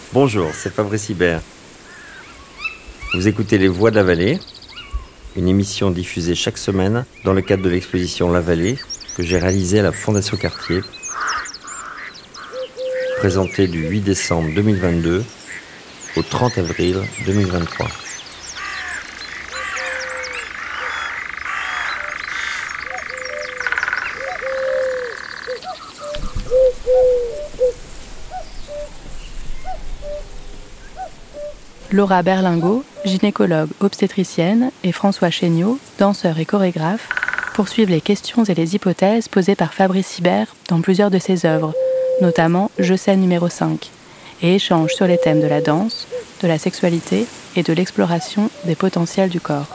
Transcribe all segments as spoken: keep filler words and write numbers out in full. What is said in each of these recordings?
Bonjour, c'est Fabrice Hibert. Vous écoutez Les Voix de la Vallée, une émission diffusée chaque semaine dans le cadre de l'exposition La Vallée que j'ai réalisée à la Fondation Cartier, présentée du huit décembre deux mille vingt-deux au trente avril deux mille vingt-trois. Laura Berlingot, gynécologue obstétricienne, et François Chéniaud, danseur et chorégraphe, poursuivent les questions et les hypothèses posées par Fabrice Hibert dans plusieurs de ses œuvres, notamment Je sais numéro cinq, et échangent sur les thèmes de la danse, de la sexualité et de l'exploration des potentiels du corps.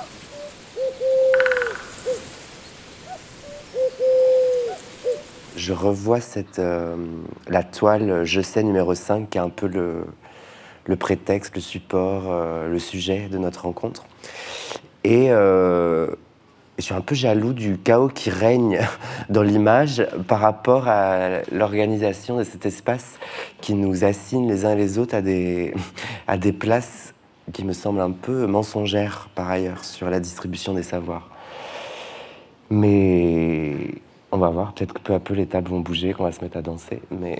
Je revois cette, euh, la toile Je sais numéro cinq, qui est un peu le, le prétexte, le support, euh, le sujet de notre rencontre. Et euh, je suis un peu jaloux du chaos qui règne dans l'image par rapport à l'organisation de cet espace qui nous assigne les uns les autres à des, à des places qui me semblent un peu mensongères par ailleurs sur la distribution des savoirs. Mais on va voir, peut-être que peu à peu les tables vont bouger, qu'on va se mettre à danser, mais...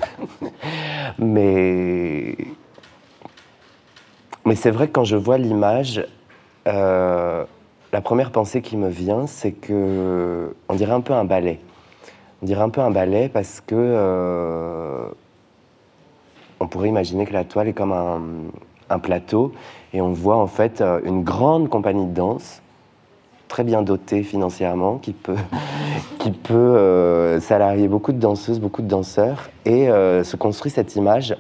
mais... mais c'est vrai que quand je vois l'image, euh, la première pensée qui me vient, c'est que on dirait un peu un ballet. On dirait un peu un ballet parce que euh, on pourrait imaginer que la toile est comme un, un plateau et on voit en fait une grande compagnie de danse très bien dotée financièrement, qui peut, qui peut euh, salarier beaucoup de danseuses, beaucoup de danseurs, et euh, se construit cette image.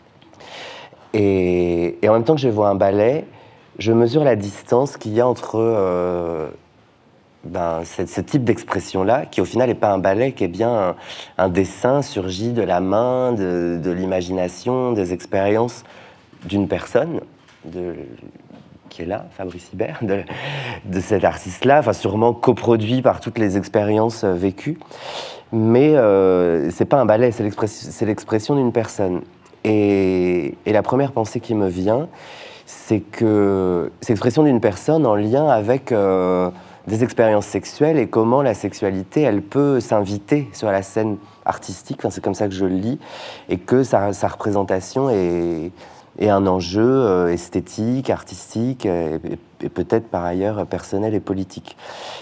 Et, et en même temps que je vois un ballet, je mesure la distance qu'il y a entre euh, ben, ce, ce type d'expression-là, qui au final n'est pas un ballet, qui est bien un, un dessin surgi de la main, de, de l'imagination, des expériences d'une personne, de... qui est là, Fabrice Hibert, de, de cet artiste-là, enfin sûrement coproduit par toutes les expériences euh, vécues. Mais euh, c'est pas un ballet, c'est l'expression, c'est l'expression d'une personne. Et, et la première pensée qui me vient, c'est que c'est l'expression d'une personne en lien avec euh, des expériences sexuelles et comment la sexualité, elle peut s'inviter sur la scène artistique, enfin, c'est comme ça que je le lis, et que sa, sa représentation est... et un enjeu euh, esthétique, artistique, et, et peut-être par ailleurs personnel et politique.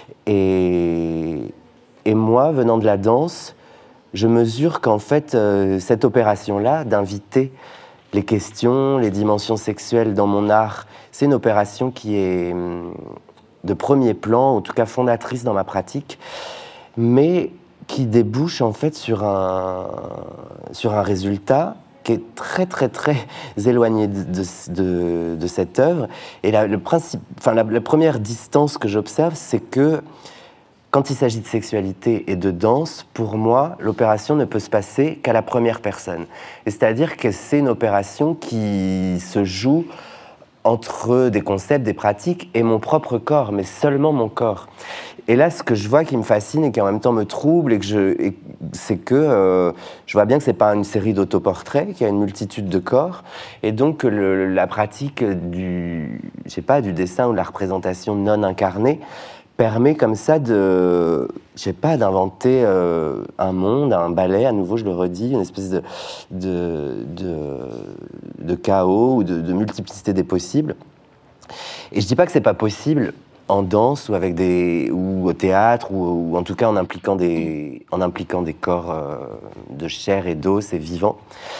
Et, et moi, venant de la danse, je mesure qu'en fait, euh, cette opération-là, d'inviter les questions, les dimensions sexuelles dans mon art, c'est une opération qui est hum, de premier plan, en tout cas fondatrice dans ma pratique, mais qui débouche en fait sur un, sur un résultat qui est très, très, très éloigné de, de, de, de cette œuvre. Et la, le principe, enfin, la, la première distance que j'observe, c'est que quand il s'agit de sexualité et de danse, pour moi, l'opération ne peut se passer qu'à la première personne. Et c'est-à-dire que c'est une opération qui se joue entre des concepts, des pratiques et mon propre corps, mais seulement mon corps. Et là, ce que je vois qui me fascine et qui en même temps me trouble, et que je, et c'est que euh, je vois bien que c'est pas une série d'autoportraits, qu'il y a une multitude de corps, et donc que le, la pratique du, je sais pas, du dessin ou de la représentation non incarnée permet comme ça de, je sais pas, d'inventer euh, un monde, un ballet, à nouveau je le redis, une espèce de, de, de, de chaos ou de, de multiplicité des possibles. Et je dis pas que c'est pas possible en danse ou avec des ou au théâtre ou, ou en tout cas en impliquant des en impliquant des corps euh, de chair et d'os et vivants.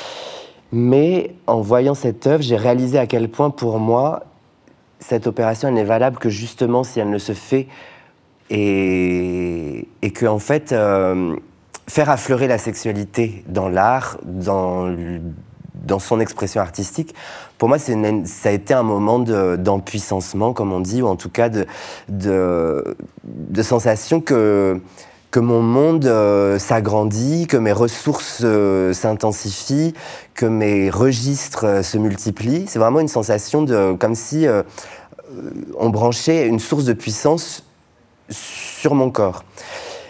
Mais en voyant cette œuvre, j'ai réalisé à quel point pour moi cette opération elle n'est valable que justement si elle ne se fait et et que en fait euh, faire affleurer la sexualité dans l'art, dans dans son expression artistique, pour moi, c'est une, ça a été un moment de, d'empuissancement, comme on dit, ou en tout cas de, de, de sensation que, que mon monde euh, s'agrandit, que mes ressources euh, s'intensifient, que mes registres euh, se multiplient. C'est vraiment une sensation de, comme si euh, on branchait une source de puissance sur mon corps.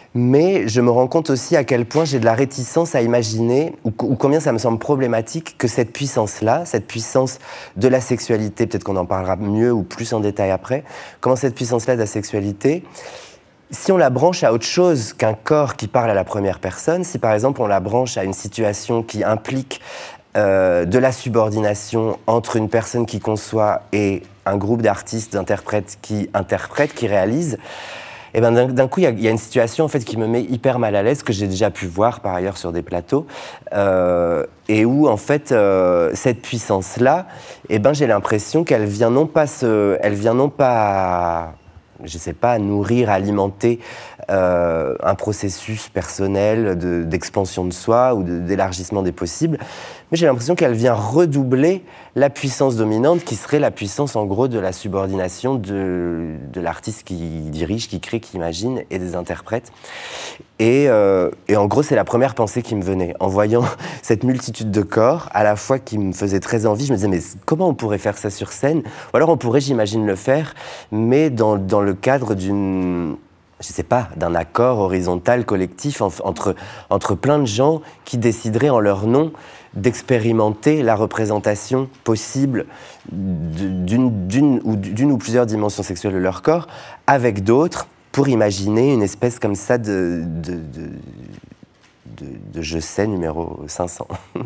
Mais je me rends compte aussi à quel point j'ai de la réticence à imaginer, ou, ou combien ça me semble problématique que cette puissance-là, cette puissance de la sexualité, peut-être qu'on en parlera mieux ou plus en détail après, comment cette puissance-là de la sexualité, si on la branche à autre chose qu'un corps qui parle à la première personne, si par exemple on la branche à une situation qui implique euh, de la subordination entre une personne qui conçoit et un groupe d'artistes, d'interprètes qui interprètent, qui réalisent, et ben d'un, d'un coup, il y, y a une situation en fait qui me met hyper mal à l'aise, que j'ai déjà pu voir par ailleurs sur des plateaux, euh, et où en fait euh, cette puissance-là, et ben j'ai l'impression qu'elle vient non pas se, elle vient non pas, je sais pas, nourrir, alimenter euh, un processus personnel de, d'expansion de soi ou de, d'élargissement des possibles, mais j'ai l'impression qu'elle vient redoubler la puissance dominante qui serait la puissance en gros de la subordination de, de l'artiste qui dirige, qui crée, qui imagine et des interprètes. Et, euh, et en gros, c'est la première pensée qui me venait. En voyant cette multitude de corps, à la fois qui me faisait très envie, je me disais, mais comment on pourrait faire ça sur scène ? Ou alors on pourrait, j'imagine, le faire, mais dans, dans le cadre d'une... je sais pas, d'un accord horizontal, collectif, en, entre, entre plein de gens qui décideraient en leur nom d'expérimenter la représentation possible d'une, d'une, ou, d'une ou plusieurs dimensions sexuelles de leur corps avec d'autres pour imaginer une espèce comme ça de, de, de, de, de je sais numéro cinq cents. Non,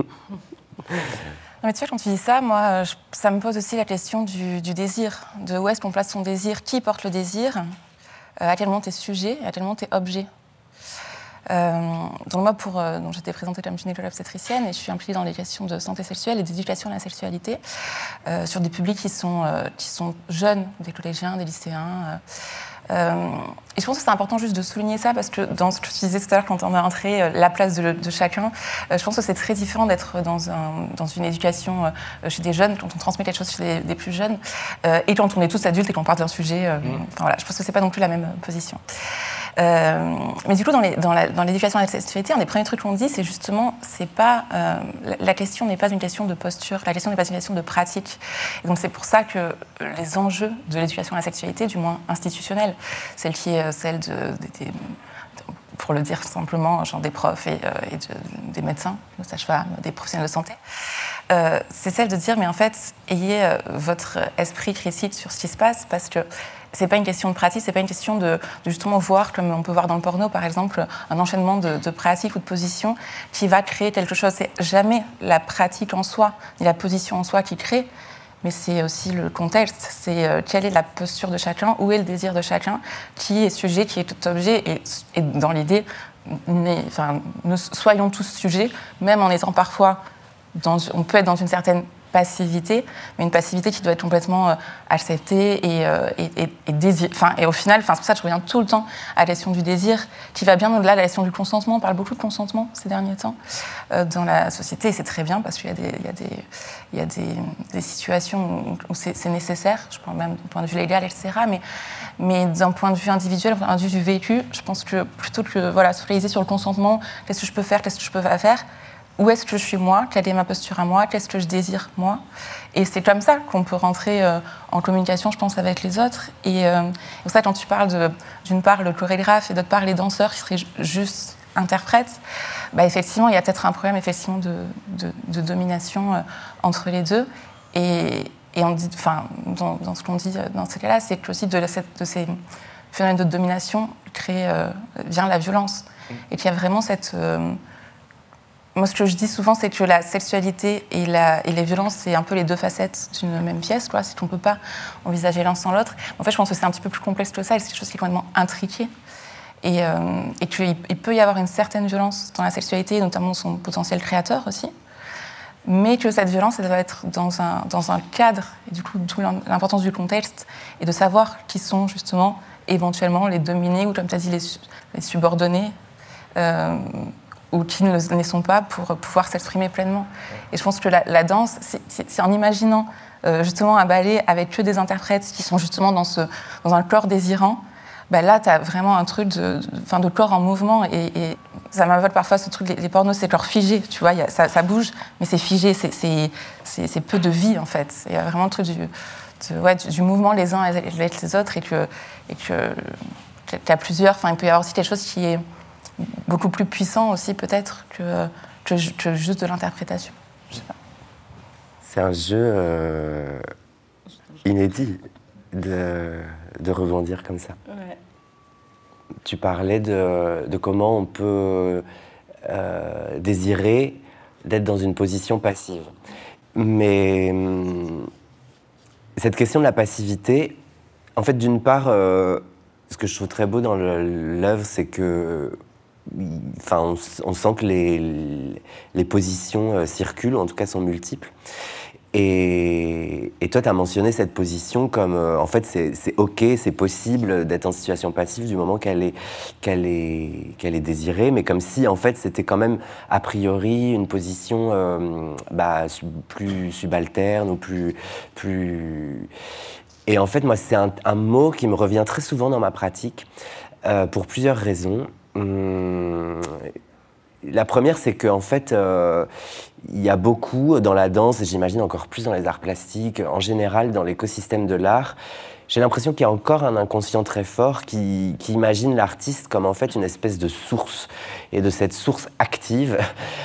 mais tu vois, quand tu dis ça, moi, je, ça me pose aussi la question du, du désir, de où est-ce qu'on place son désir, qui porte le désir, euh, à quel moment t'es sujet, à quel moment t'es objet. Euh, donc moi, pour, euh, donc j'étais présentée comme gynécologue obstétricienne et je suis impliquée dans les questions de santé sexuelle et d'éducation à la sexualité euh, sur des publics qui sont, euh, qui sont jeunes, des collégiens, des lycéens. Euh, euh, et je pense que c'est important juste de souligner ça parce que dans ce que tu disais tout à l'heure quand on est entré, euh, la place de, de chacun, euh, je pense que c'est très différent d'être dans, un, dans une éducation euh, chez des jeunes, quand on transmet quelque chose chez des, des plus jeunes, euh, et quand on est tous adultes et qu'on parle d'un sujet. Euh, mmh. Enfin voilà, je pense que c'est pas non plus la même position. Euh, mais du coup, dans, les, dans, la, dans l'éducation à la sexualité, un des premiers trucs qu'on dit, c'est justement, c'est pas, euh, la, la question n'est pas une question de posture, la question n'est pas une question de pratique. Et donc c'est pour ça que les enjeux de l'éducation à la sexualité, du moins institutionnelle, celle qui est celle de, de, de, pour le dire simplement, genre des profs et, euh, et de, des médecins, des sages-femmes, des professionnels de santé, euh, c'est celle de dire, mais en fait, ayez euh, votre esprit critique sur ce qui se passe, parce que c'est pas une question de pratique, c'est pas une question de, de justement voir, comme on peut voir dans le porno par exemple, un enchaînement de, de pratiques ou de positions qui va créer quelque chose. C'est jamais la pratique en soi, ni la position en soi qui crée, mais c'est aussi le contexte, c'est euh, quelle est la posture de chacun, où est le désir de chacun, qui est sujet, qui est tout objet, et, et dans l'idée, enfin, nous soyons tous sujets, même en étant parfois, dans, on peut être dans une certaine passivité, mais une passivité qui doit être complètement euh, acceptée et, euh, et, et, et, désir, et au final, c'est pour ça que je reviens tout le temps à la question du désir, qui va bien au-delà de la question du consentement. On parle beaucoup de consentement ces derniers temps euh, dans la société, et c'est très bien parce qu'il y a des, il y a des, il y a des, des situations où c'est, c'est nécessaire, je parle même d'un point de vue légal, et cetera. Mais, mais d'un point de vue individuel, d'un point de vue du vécu, je pense que plutôt que voilà, se focaliser sur le consentement, qu'est-ce que je peux faire, qu'est-ce que je peux pas faire, où est-ce que je suis moi, quelle est ma posture à moi, qu'est-ce que je désire moi. Et c'est comme ça qu'on peut rentrer euh, en communication, je pense, avec les autres. Et euh, pour ça, quand tu parles de, d'une part le chorégraphe et d'autre part les danseurs qui seraient juste interprètes, bah, effectivement, il y a peut-être un problème effectivement de, de, de domination euh, entre les deux. Et, et on dit, enfin, dans, dans ce qu'on dit dans ces cas-là, c'est que aussi de, cette, de ces phénomènes de domination crée, euh, vient la violence. Et qu'il y a vraiment cette... Euh, Moi, ce que je dis souvent, c'est que la sexualité et, la, et les violences, c'est un peu les deux facettes d'une même pièce, quoi. C'est qu'on ne peut pas envisager l'un sans l'autre. En fait, je pense que c'est un petit peu plus complexe que ça, et c'est quelque chose qui est complètement intriqué. Et, euh, et qu'il il peut y avoir une certaine violence dans la sexualité, notamment son potentiel créateur aussi, mais que cette violence, elle doit être dans un, dans un cadre, et du coup, d'où l'importance du contexte, et de savoir qui sont justement éventuellement les dominés, ou comme tu as dit, les, les subordonnés, euh, ou qui ne le sont pas pour pouvoir s'exprimer pleinement. Et je pense que la, la danse, c'est, c'est, c'est en imaginant euh, justement un ballet avec que des interprètes qui sont justement dans, ce, dans un corps désirant, bah là, tu as vraiment un truc de, de, de corps en mouvement. Et, et ça m'avole parfois ce truc, les, les pornos, c'est corps figé, tu vois, y a, ça, ça bouge, mais c'est figé, c'est, c'est, c'est, c'est peu de vie, en fait. Il y a vraiment le truc du, de, ouais, du, du mouvement les uns avec les autres, et que, et que, qu'il y a plusieurs, enfin, il peut y avoir aussi quelque chose qui est... beaucoup plus puissant aussi peut-être que, que, que juste de l'interprétation. Je sais pas. C'est un jeu euh, inédit de, de rebondir comme ça. Ouais. Tu parlais de, de comment on peut euh, désirer d'être dans une position passive. Mais hum, cette question de la passivité, en fait, d'une part, euh, ce que je trouve très beau dans l'œuvre, c'est que, enfin, on, on sent que les, les positions euh, circulent, ou en tout cas sont multiples. Et, et toi, tu as mentionné cette position comme, euh, en fait, c'est, c'est OK, c'est possible d'être en situation passive du moment qu'elle est, qu'elle est, qu'elle est désirée, mais comme si, en fait, c'était quand même, a priori, une position euh, bah, plus subalterne ou plus, plus... Et en fait, moi, c'est un, un mot qui me revient très souvent dans ma pratique, euh, pour plusieurs raisons. Hum, la première, c'est qu'en fait, euh, il y a beaucoup dans la danse, et j'imagine encore plus dans les arts plastiques, en général dans l'écosystème de l'art, j'ai l'impression qu'il y a encore un inconscient très fort qui, qui imagine l'artiste comme en fait une espèce de source. Et de cette source active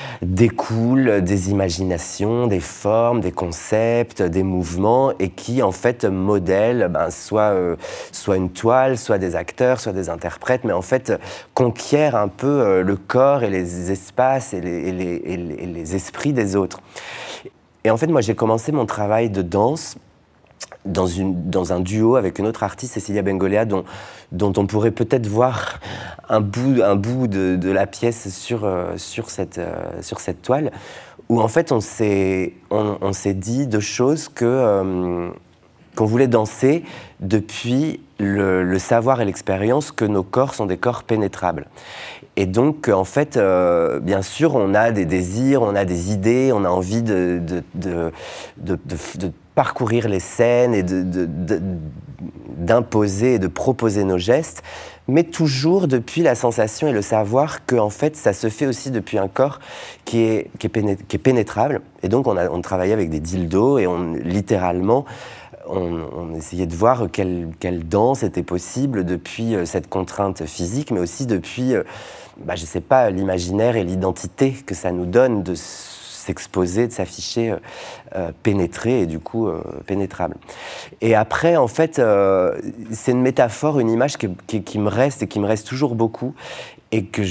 découlent des imaginations, des formes, des concepts, des mouvements, et qui en fait modèlent ben, soit, euh, soit une toile, soit des acteurs, soit des interprètes, mais en fait conquièrent un peu euh, le corps et les espaces et les, et les, et les, et les esprits des autres. Et en fait, moi j'ai commencé mon travail de danse Dans, une, dans un duo avec une autre artiste, Cecilia Bengolia, dont, dont on pourrait peut-être voir un bout, un bout de, de la pièce sur, euh, sur, cette, euh, sur cette toile, où en fait on s'est, on, on s'est dit deux choses que, euh, qu'on voulait danser depuis le, le savoir et l'expérience que nos corps sont des corps pénétrables. Et donc, en fait, euh, bien sûr, on a des désirs, on a des idées, on a envie de, de, de, de, de, de parcourir les scènes et de, de, de, d'imposer et de proposer nos gestes, mais toujours depuis la sensation et le savoir que, en fait, ça se fait aussi depuis un corps qui est, qui est, péné, qui est pénétrable. Et donc, on, a, on travaillait avec des dildos et on, littéralement, On, on essayait de voir quelle, quelle danse était possible depuis euh, cette contrainte physique, mais aussi depuis, euh, bah, je sais pas, l'imaginaire et l'identité que ça nous donne de s'exposer, de s'afficher euh, euh, pénétré et du coup euh, pénétrable. Et après, en fait, euh, c'est une métaphore, une image qui, qui, qui me reste et qui me reste toujours beaucoup et que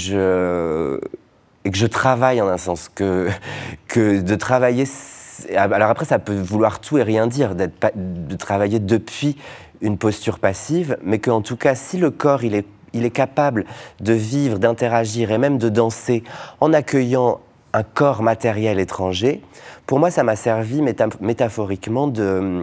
je, et que je travaille en un sens, que, que de travailler... Alors après, ça peut vouloir tout et rien dire, d'être, de travailler depuis une posture passive, mais qu'en tout cas, si le corps il est, il est capable de vivre, d'interagir et même de danser en accueillant un corps matériel étranger, pour moi, ça m'a servi méta- métaphoriquement de,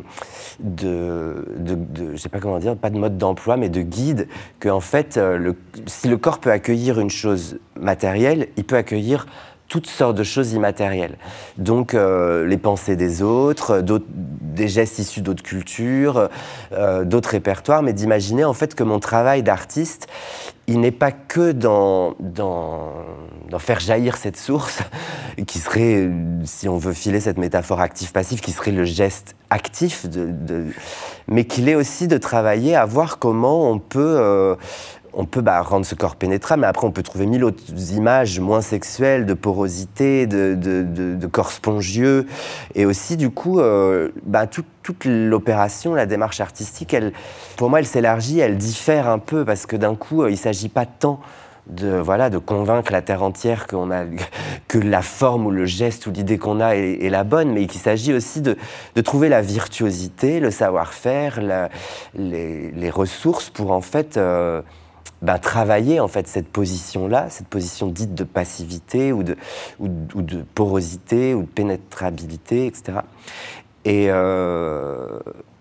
de, de, de, je sais pas comment dire, pas de mode d'emploi, mais de guide, que en fait, le, si le corps peut accueillir une chose matérielle, il peut accueillir toutes sortes de choses immatérielles. Donc, euh, les pensées des autres, d'autres, des gestes issus d'autres cultures, euh, d'autres répertoires, mais d'imaginer en fait que mon travail d'artiste, il n'est pas que dans, dans, dans faire jaillir cette source, qui serait, si on veut filer cette métaphore actif-passif, qui serait le geste actif, de, de, mais qu'il est aussi de travailler à voir comment on peut... Euh, On peut bah, rendre ce corps pénétrable, mais après on peut trouver mille autres images moins sexuelles, de porosité, de, de, de, de corps spongieux. Et aussi, du coup, euh, bah, tout, toute l'opération, la démarche artistique, elle, pour moi, elle s'élargit, elle diffère un peu, parce que d'un coup, il ne s'agit pas tant de, voilà, de convaincre la terre entière qu'on a, que la forme ou le geste ou l'idée qu'on a est, est la bonne, mais qu'il s'agit aussi de, de trouver la virtuosité, le savoir-faire, la, les, les ressources pour en fait... Euh, Ben, travailler en fait cette position-là, cette position dite de passivité ou de, ou, ou de porosité ou de pénétrabilité, et cetera. Et, euh,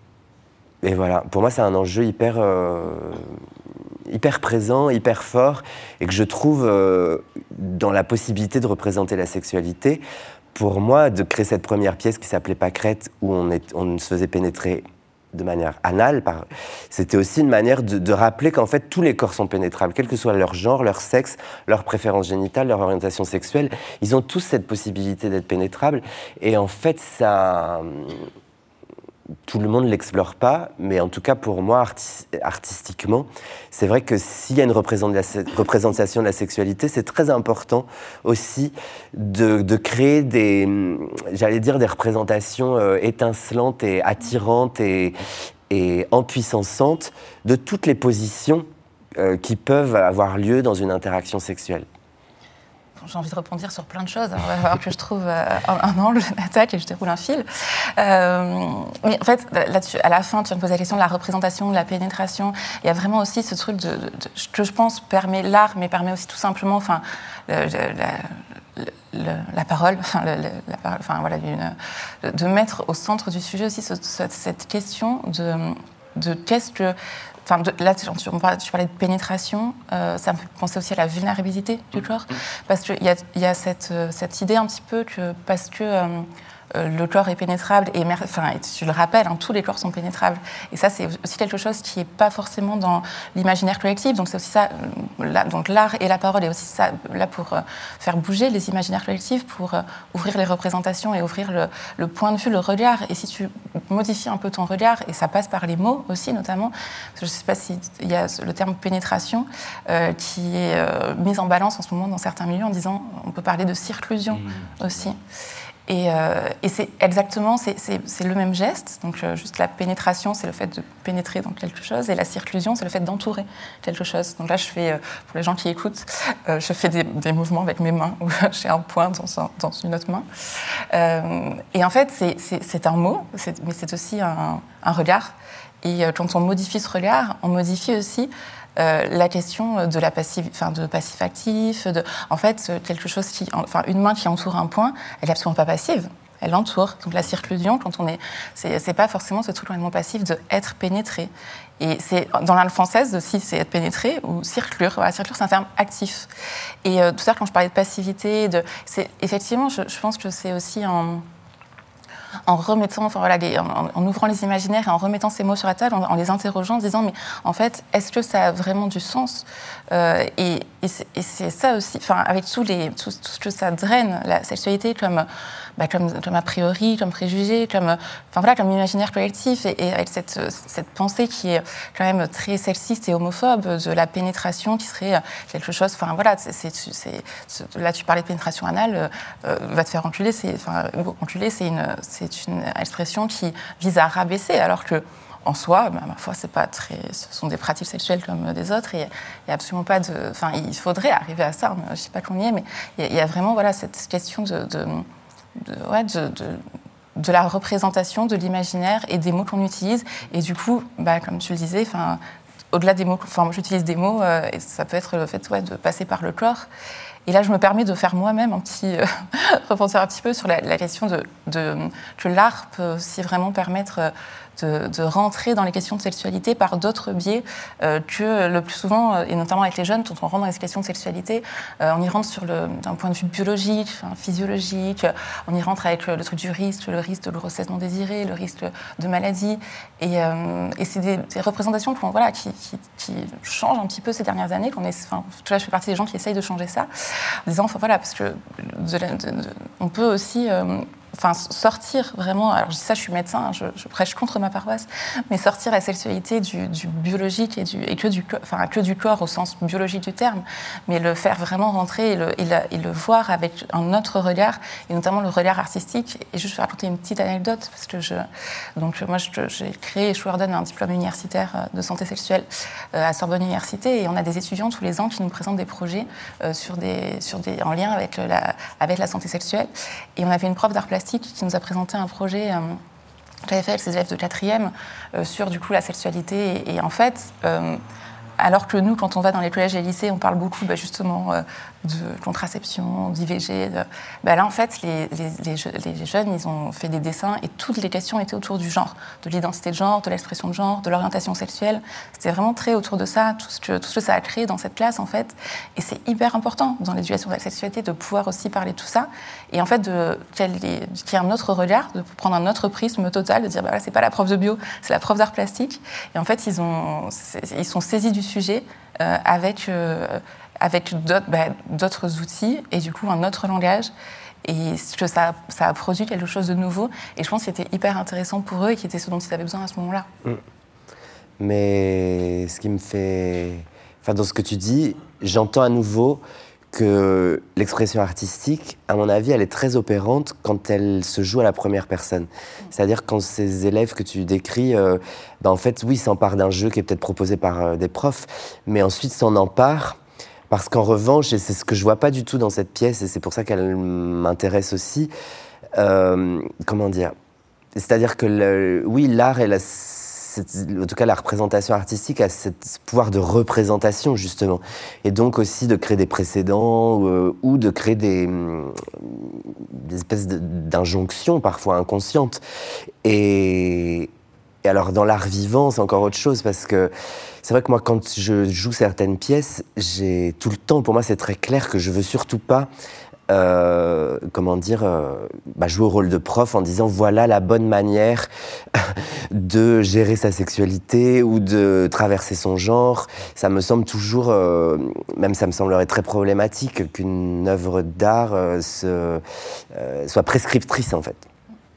et voilà, pour moi c'est un enjeu hyper, euh, hyper présent, hyper fort, et que je trouve euh, dans la possibilité de représenter la sexualité. Pour moi, de créer cette première pièce qui s'appelait Pâquerette, où on, est, on se faisait pénétrer de manière anale, par... c'était aussi une manière de, de rappeler qu'en fait tous les corps sont pénétrables, quel que soit leur genre, leur sexe, leur préférence génitale, leur orientation sexuelle, ils ont tous cette possibilité d'être pénétrables, et en fait ça, tout le monde ne l'explore pas, mais en tout cas pour moi, arti- artistiquement, c'est vrai que s'il y a une représentation de la sexualité, c'est très important aussi de, de créer des, j'allais dire, des représentations euh, étincelantes et attirantes et, et empuissantes de toutes les positions euh, qui peuvent avoir lieu dans une interaction sexuelle. J'ai envie de rebondir sur plein de choses. Alors, il va falloir que je trouve euh, un, un angle d'attaque et je déroule un fil. Euh, mais en fait, là-dessus, à la fin, tu me poses la question de la représentation, de la pénétration. Il y a vraiment aussi ce truc de, de, de, que je pense permet l'art, mais permet aussi tout simplement, enfin, le, le, la, le, la parole, enfin, le, le, la parole, enfin voilà, une, de mettre au centre du sujet aussi ce, ce, cette question de, de qu'est-ce que Enfin, de, là, tu, on parlait, tu parlais de pénétration, euh, ça me fait penser aussi à la vulnérabilité du corps, parce qu'il y a, y a cette, cette idée un petit peu que parce que euh, euh, le corps est pénétrable, et, enfin, et tu le rappelles, hein, tous les corps sont pénétrables, et ça c'est aussi quelque chose qui n'est pas forcément dans l'imaginaire collectif, donc c'est aussi ça, là, donc l'art et la parole est aussi ça, là pour euh, faire bouger les imaginaires collectifs, pour euh, ouvrir les représentations et ouvrir le, le point de vue, le regard, et si tu modifies un peu ton regard, et ça passe par les mots aussi notamment, je ne sais pas s'il y a le terme pénétration euh, qui est euh, mis en balance en ce moment dans certains milieux en disant, on peut parler de circlusion mmh. aussi. Et, euh, et c'est exactement, c'est, c'est, c'est le même geste. Donc euh, juste la pénétration, c'est le fait de pénétrer dans quelque chose, et la circlusion, c'est le fait d'entourer quelque chose. Donc là, je fais, euh, pour les gens qui écoutent, euh, je fais des, des mouvements avec mes mains, où j'ai un point dans, dans une autre main. Euh, et en fait, c'est, c'est, c'est un mot, c'est, mais c'est aussi un, un regard. Et euh, quand on modifie ce regard, on modifie aussi Euh, la question de la passive, enfin de passif-actif, de, en fait, quelque chose qui, enfin, une main qui entoure un point, elle est absolument pas passive, elle l'entoure. Donc la circlusion, quand on est, c'est, c'est pas forcément ce truc complètement passif de être pénétré. Et c'est dans la langue française aussi, c'est être pénétré ou circlure. Voilà, circlure, c'est un terme actif. Et euh, tout à l'heure, quand je parlais de passivité, de, c'est effectivement, je, je pense que c'est aussi un en remettant, enfin voilà, les, en, en ouvrant les imaginaires et en remettant ces mots sur la table, en, en les interrogeant, en disant mais en fait, est-ce que ça a vraiment du sens euh, et, et, c'est, et c'est ça aussi, enfin avec tous les, tout, tout ce que ça draine la sexualité comme, bah, comme, comme a priori, comme préjugé, comme, enfin voilà, comme imaginaire collectif et, et avec cette, cette pensée qui est quand même très sexiste et homophobe de la pénétration qui serait quelque chose, enfin voilà, c'est, c'est, c'est, c'est, là tu parlais de pénétration anale, euh, va te faire enculer, c'est, enfin enculer, c'est une c'est C'est une expression qui vise à rabaisser, alors que en soi, bah, ma foi, c'est pas très, ce sont des pratiques sexuelles comme des autres. Et il y a absolument pas de, enfin, il faudrait arriver à ça. Je sais pas qu'on y est, mais il y a vraiment voilà cette question de, de, de, ouais, de, de de la représentation, de l'imaginaire et des mots qu'on utilise. Et du coup, bah, comme tu le disais, enfin, au-delà des mots, enfin, moi j'utilise des mots, euh, et ça peut être le fait ouais, de passer par le corps. Et là, je me permets de faire moi-même un petit, euh, repenser un petit peu sur la, la question de, de que l'art peut aussi vraiment permettre de, de rentrer dans les questions de sexualité par d'autres biais euh, que le plus souvent, et notamment avec les jeunes, quand on rentre dans les questions de sexualité, euh, on y rentre sur le, d'un point de vue biologique, enfin, physiologique, on y rentre avec le, le truc du risque, le risque de grossesse non désirée, le risque de maladie. Et, euh, et c'est des, des représentations qu'on, voilà, qui, qui, qui changent un petit peu ces dernières années. Qu'on est, enfin, là, je fais partie des gens qui essayent de changer ça, en disant, enfin, voilà, parce que de, de, de, on peut aussi... Euh, Enfin, sortir vraiment, alors je dis ça, je suis médecin, je, je prêche contre ma paroisse, mais sortir la sexualité du, du biologique et, du, et que, du, enfin, que du corps au sens biologique du terme, mais le faire vraiment rentrer et le, et la, et le voir avec un autre regard, et notamment le regard artistique. Et juste, je vais raconter une petite anecdote, parce que je, donc, moi, je, j'ai créé et je leur donne un diplôme universitaire de santé sexuelle à Sorbonne Université, et on a des étudiants tous les ans qui nous présentent des projets euh, sur des, sur des, en lien avec la, avec la santé sexuelle. Et on avait une prof d'art plastique qui nous a présenté un projet euh, que j'avais fait avec ses élèves de quatrième euh, sur du coup la sexualité et, et en fait euh, alors que nous, quand on va dans les collèges et les lycées, on parle beaucoup bah, justement euh, de contraception, d'I V G. De... Bah, là, en fait, les, les, les, les jeunes, ils ont fait des dessins et toutes les questions étaient autour du genre, de l'identité de genre, de l'expression de genre, de l'orientation sexuelle. C'était vraiment très autour de ça, tout ce que, tout ce que ça a créé dans cette classe, en fait. Et c'est hyper important dans l'éducation de la sexualité de pouvoir aussi parler de tout ça. Et en fait, de, qu'il y ait un autre regard, de prendre un autre prisme total, de dire, bah, là, c'est pas la prof de bio, c'est la prof d'art plastique. Et en fait, ils, ont, ils sont saisis du sujet euh, avec... Euh, avec d'autres, bah, d'autres outils et du coup un autre langage. et que ça, ça a produit quelque chose de nouveau. Et je pense que c'était hyper intéressant pour eux et qui était ce dont ils avaient besoin à ce moment-là. Mmh. Mais ce qui me fait... Enfin, dans ce que tu dis, j'entends à nouveau que l'expression artistique, à mon avis, elle est très opérante quand elle se joue à la première personne. C'est-à-dire quand ces élèves que tu décris, euh, ben en fait, oui, s'emparent d'un jeu qui est peut-être proposé par euh, des profs, mais ensuite s'en emparent parce qu'en revanche, et c'est ce que je vois pas du tout dans cette pièce, et c'est pour ça qu'elle m'intéresse aussi, euh, comment dire, c'est-à-dire que le, oui, l'art et la... en tout cas la représentation artistique a ce pouvoir de représentation justement, et donc aussi de créer des précédents ou, euh, ou de créer des, des espèces de, d'injonctions parfois inconscientes. Et, et alors dans l'art vivant c'est encore autre chose, parce que c'est vrai que moi quand je joue certaines pièces, j'ai tout le temps, pour moi c'est très clair que je veux surtout pas Euh, comment dire, euh, bah, jouer au rôle de prof en disant voilà la bonne manière de gérer sa sexualité ou de traverser son genre. Ça me semble toujours, euh, même ça me semblerait très problématique qu'une œuvre d'art euh, se, euh, soit prescriptrice en fait.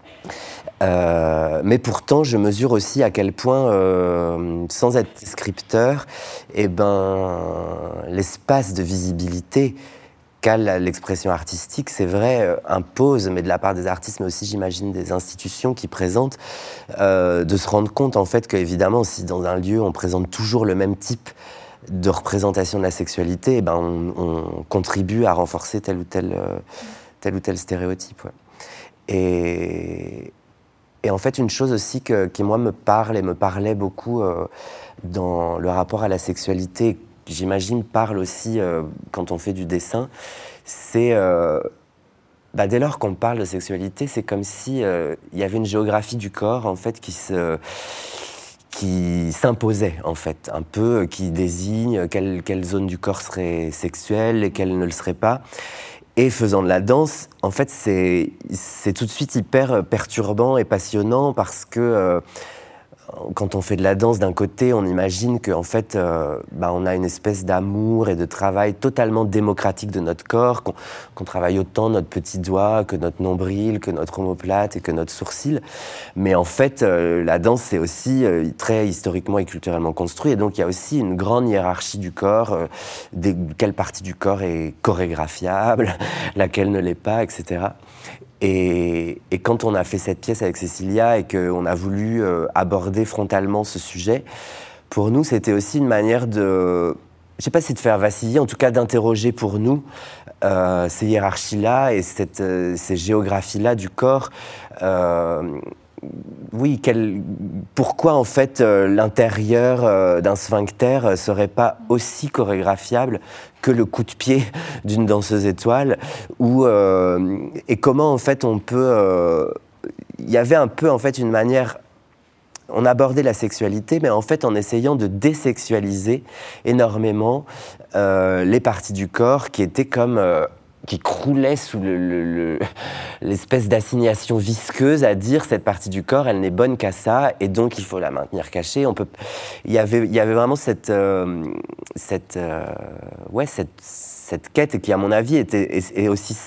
Euh, mais pourtant, je mesure aussi à quel point, euh, sans être prescripteur, eh ben, l'espace de visibilité qu'a l'expression artistique, c'est vrai, euh, impose, mais de la part des artistes, mais aussi, j'imagine, des institutions qui présentent, euh, de se rendre compte, en fait, qu'évidemment, si dans un lieu, on présente toujours le même type de représentation de la sexualité, eh ben, on, on contribue à renforcer tel ou tel, euh, tel, ou tel stéréotype. Ouais. Et, et en fait, une chose aussi que, qui, moi, me parle et me parlait beaucoup euh, dans le rapport à la sexualité, j'imagine, parle aussi euh, quand on fait du dessin, c'est euh, bah, dès lors qu'on parle de sexualité, c'est comme si euh, y avait une géographie du corps en fait qui se qui s'imposait en fait, un peu, qui désigne quelle, quelle zone du corps serait sexuelle et quelle ne le serait pas. Et faisant de la danse, en fait, c'est c'est tout de suite hyper perturbant et passionnant parce que euh, quand on fait de la danse, d'un côté, on imagine qu'en fait, euh, bah, on a une espèce d'amour et de travail totalement démocratique de notre corps, qu'on, qu'on travaille autant notre petit doigt que notre nombril, que notre omoplate et que notre sourcil. Mais en fait, euh, la danse, c'est aussi euh, très historiquement et culturellement construit. Et donc, il y a aussi une grande hiérarchie du corps, euh, des, quelle partie du corps est chorégraphiable, laquelle ne l'est pas, et cetera. Et, et quand on a fait cette pièce avec Cécilia et qu'on a voulu euh, aborder frontalement ce sujet, pour nous, c'était aussi une manière de, je ne sais pas si de faire vaciller, en tout cas d'interroger pour nous euh, ces hiérarchies-là et cette, euh, ces géographies-là du corps. Euh, oui, quel, pourquoi en fait euh, l'intérieur euh, d'un sphincter ne serait pas aussi chorégraphiable que le coup de pied d'une danseuse étoile, ou euh, et comment en fait on peut, il euh, y avait un peu en fait une manière, on abordait la sexualité, mais en fait en essayant de désexualiser énormément euh, les parties du corps qui étaient comme euh, qui croulait sous le, le, le, l'espèce d'assignation visqueuse à dire cette partie du corps, elle n'est bonne qu'à ça, et donc il faut la maintenir cachée. On peut... il, y avait, il y avait vraiment cette, euh, cette, euh, ouais, cette, cette quête qui, à mon avis, était et, et aussi...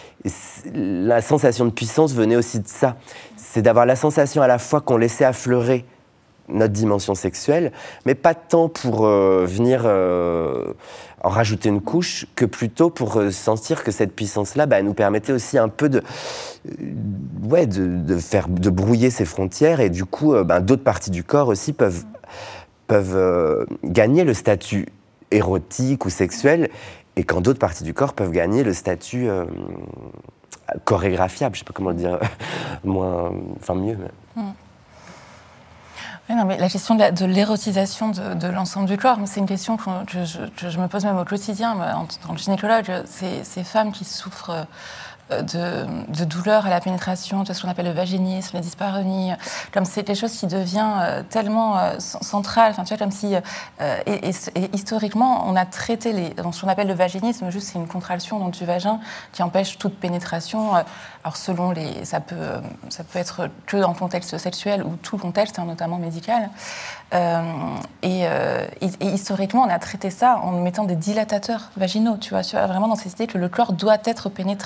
La sensation de puissance venait aussi de ça. C'est d'avoir la sensation à la fois qu'on laissait affleurer notre dimension sexuelle, mais pas tant pour euh, venir euh, en rajouter une couche, que plutôt pour euh, sentir que cette puissance-là bah, nous permettait aussi un peu de, euh, ouais, de, de, faire, de brouiller ces frontières, et du coup, euh, bah, d'autres parties du corps aussi peuvent, peuvent euh, gagner le statut érotique ou sexuel, et quand d'autres parties du corps peuvent gagner le statut euh, chorégraphiable, je ne sais pas comment le dire, moins, enfin mieux. Mais... Mm. Oui, non, mais la question de, la, de l'érotisation de, de l'ensemble du corps, c'est une question que je, je, je me pose même au quotidien. En tant que gynécologue, ces, ces femmes qui souffrent de, de douleurs à la pénétration, de ce qu'on appelle le vaginisme, la dyspareunie, comme c'est quelque chose qui devient tellement euh, central, enfin, tu vois, comme si, euh, et, et, et historiquement, on a traité les, dans ce qu'on appelle le vaginisme, juste c'est une contraction donc, du vagin qui empêche toute pénétration. Alors selon les, ça peut, ça peut être que dans le contexte sexuel ou tout contexte, hein, notamment médical. Euh, et, euh, et, et historiquement, on a traité ça en mettant des dilatateurs vaginaux, tu vois, tu vois vraiment dans cette idée que le corps doit être pénétrable. Mmh.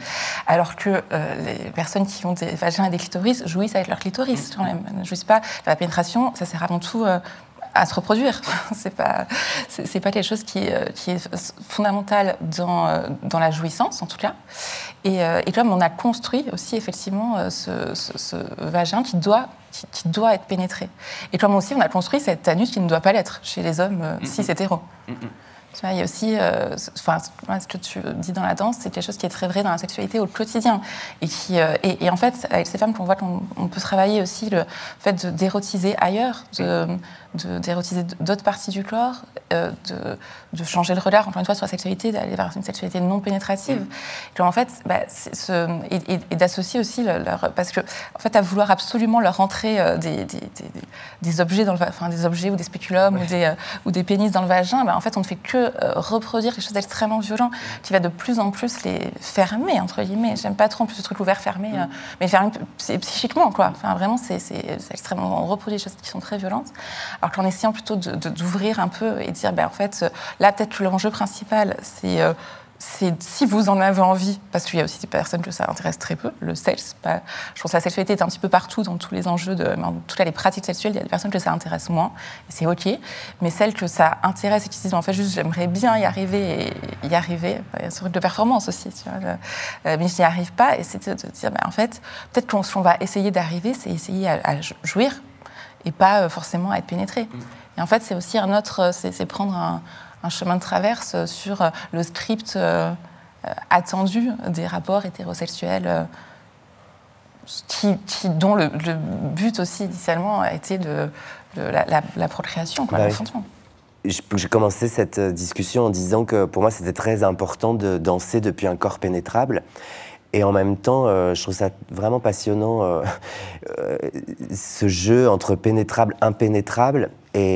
Alors que euh, les personnes qui ont des vagins et des clitoris jouissent avec leur clitoris quand même. Ne jouissent pas. La pénétration, ça sert avant tout euh, à se reproduire. c'est pas, c'est, c'est pas quelque chose qui, euh, qui est fondamental dans, euh, dans la jouissance, en tout cas. Et, euh, et comme on a construit aussi effectivement euh, ce, ce, ce vagin qui doit, qui, qui doit être pénétré. Et comme aussi on a construit cet anus qui ne doit pas l'être chez les hommes euh, mm-hmm. cis hétéros. Mm-hmm. Tu vois, il y a aussi, euh, enfin, ce que tu dis dans la danse, c'est quelque chose qui est très vrai dans la sexualité au quotidien. Et, qui, euh, et, et en fait, avec ces femmes qu'on voit qu'on on peut travailler aussi le fait de, d'érotiser ailleurs, de, de, d'érotiser d'autres parties du corps, euh, de, de changer le regard, encore une fois, sur la sexualité, d'aller vers une sexualité non pénétrative. Et en fait, bah, c'est ce, et, et, et d'associer aussi le, leur... Parce que, en fait, à vouloir absolument leur rentrer euh, des, des, des, des objets dans le, enfin, des objets ou des spéculums ouais. ou, des, euh, ou des pénis dans le vagin, bah, en fait, on ne fait que Euh, reproduire quelque chose d'extrêmement violent qui va de plus en plus les fermer, entre guillemets. J'aime pas trop en plus ce truc ouvert, fermé, euh, mais fermé psychiquement, quoi. Enfin, vraiment, c'est, c'est, c'est extrêmement... On reproduit des choses qui sont très violentes. Alors qu'en essayant plutôt de, de, d'ouvrir un peu et de dire, ben, en fait, là, peut-être que l'enjeu principal, c'est... Euh, c'est si vous en avez envie, parce qu'il y a aussi des personnes que ça intéresse très peu, le sexe. Bah, je pense que la sexualité est un petit peu partout dans tous les enjeux, de, dans toutes les pratiques sexuelles. Il y a des personnes que ça intéresse moins, et c'est OK. Mais celles que ça intéresse et qui se disent, en fait, juste, j'aimerais bien y arriver et y arriver. Il y a un truc de performance aussi, tu vois, le, euh, mais je n'y arrive pas. Et c'est de, de dire, bah, en fait, peut-être qu'on ce qu'on va essayer d'arriver, c'est essayer à, à jouir et pas forcément à être pénétré. Et en fait, c'est aussi un autre, c'est, c'est prendre un un chemin de traverse sur le script euh, attendu des rapports hétérosexuels euh, qui, qui, dont le, le but aussi initialement a été de, de la, la, la procréation, quoi, bah l'enfantement. Oui. J'ai commencé cette discussion en disant que pour moi c'était très important de danser depuis un corps pénétrable. Et en même temps, euh, je trouve ça vraiment passionnant, euh, euh, ce jeu entre pénétrable et impénétrable.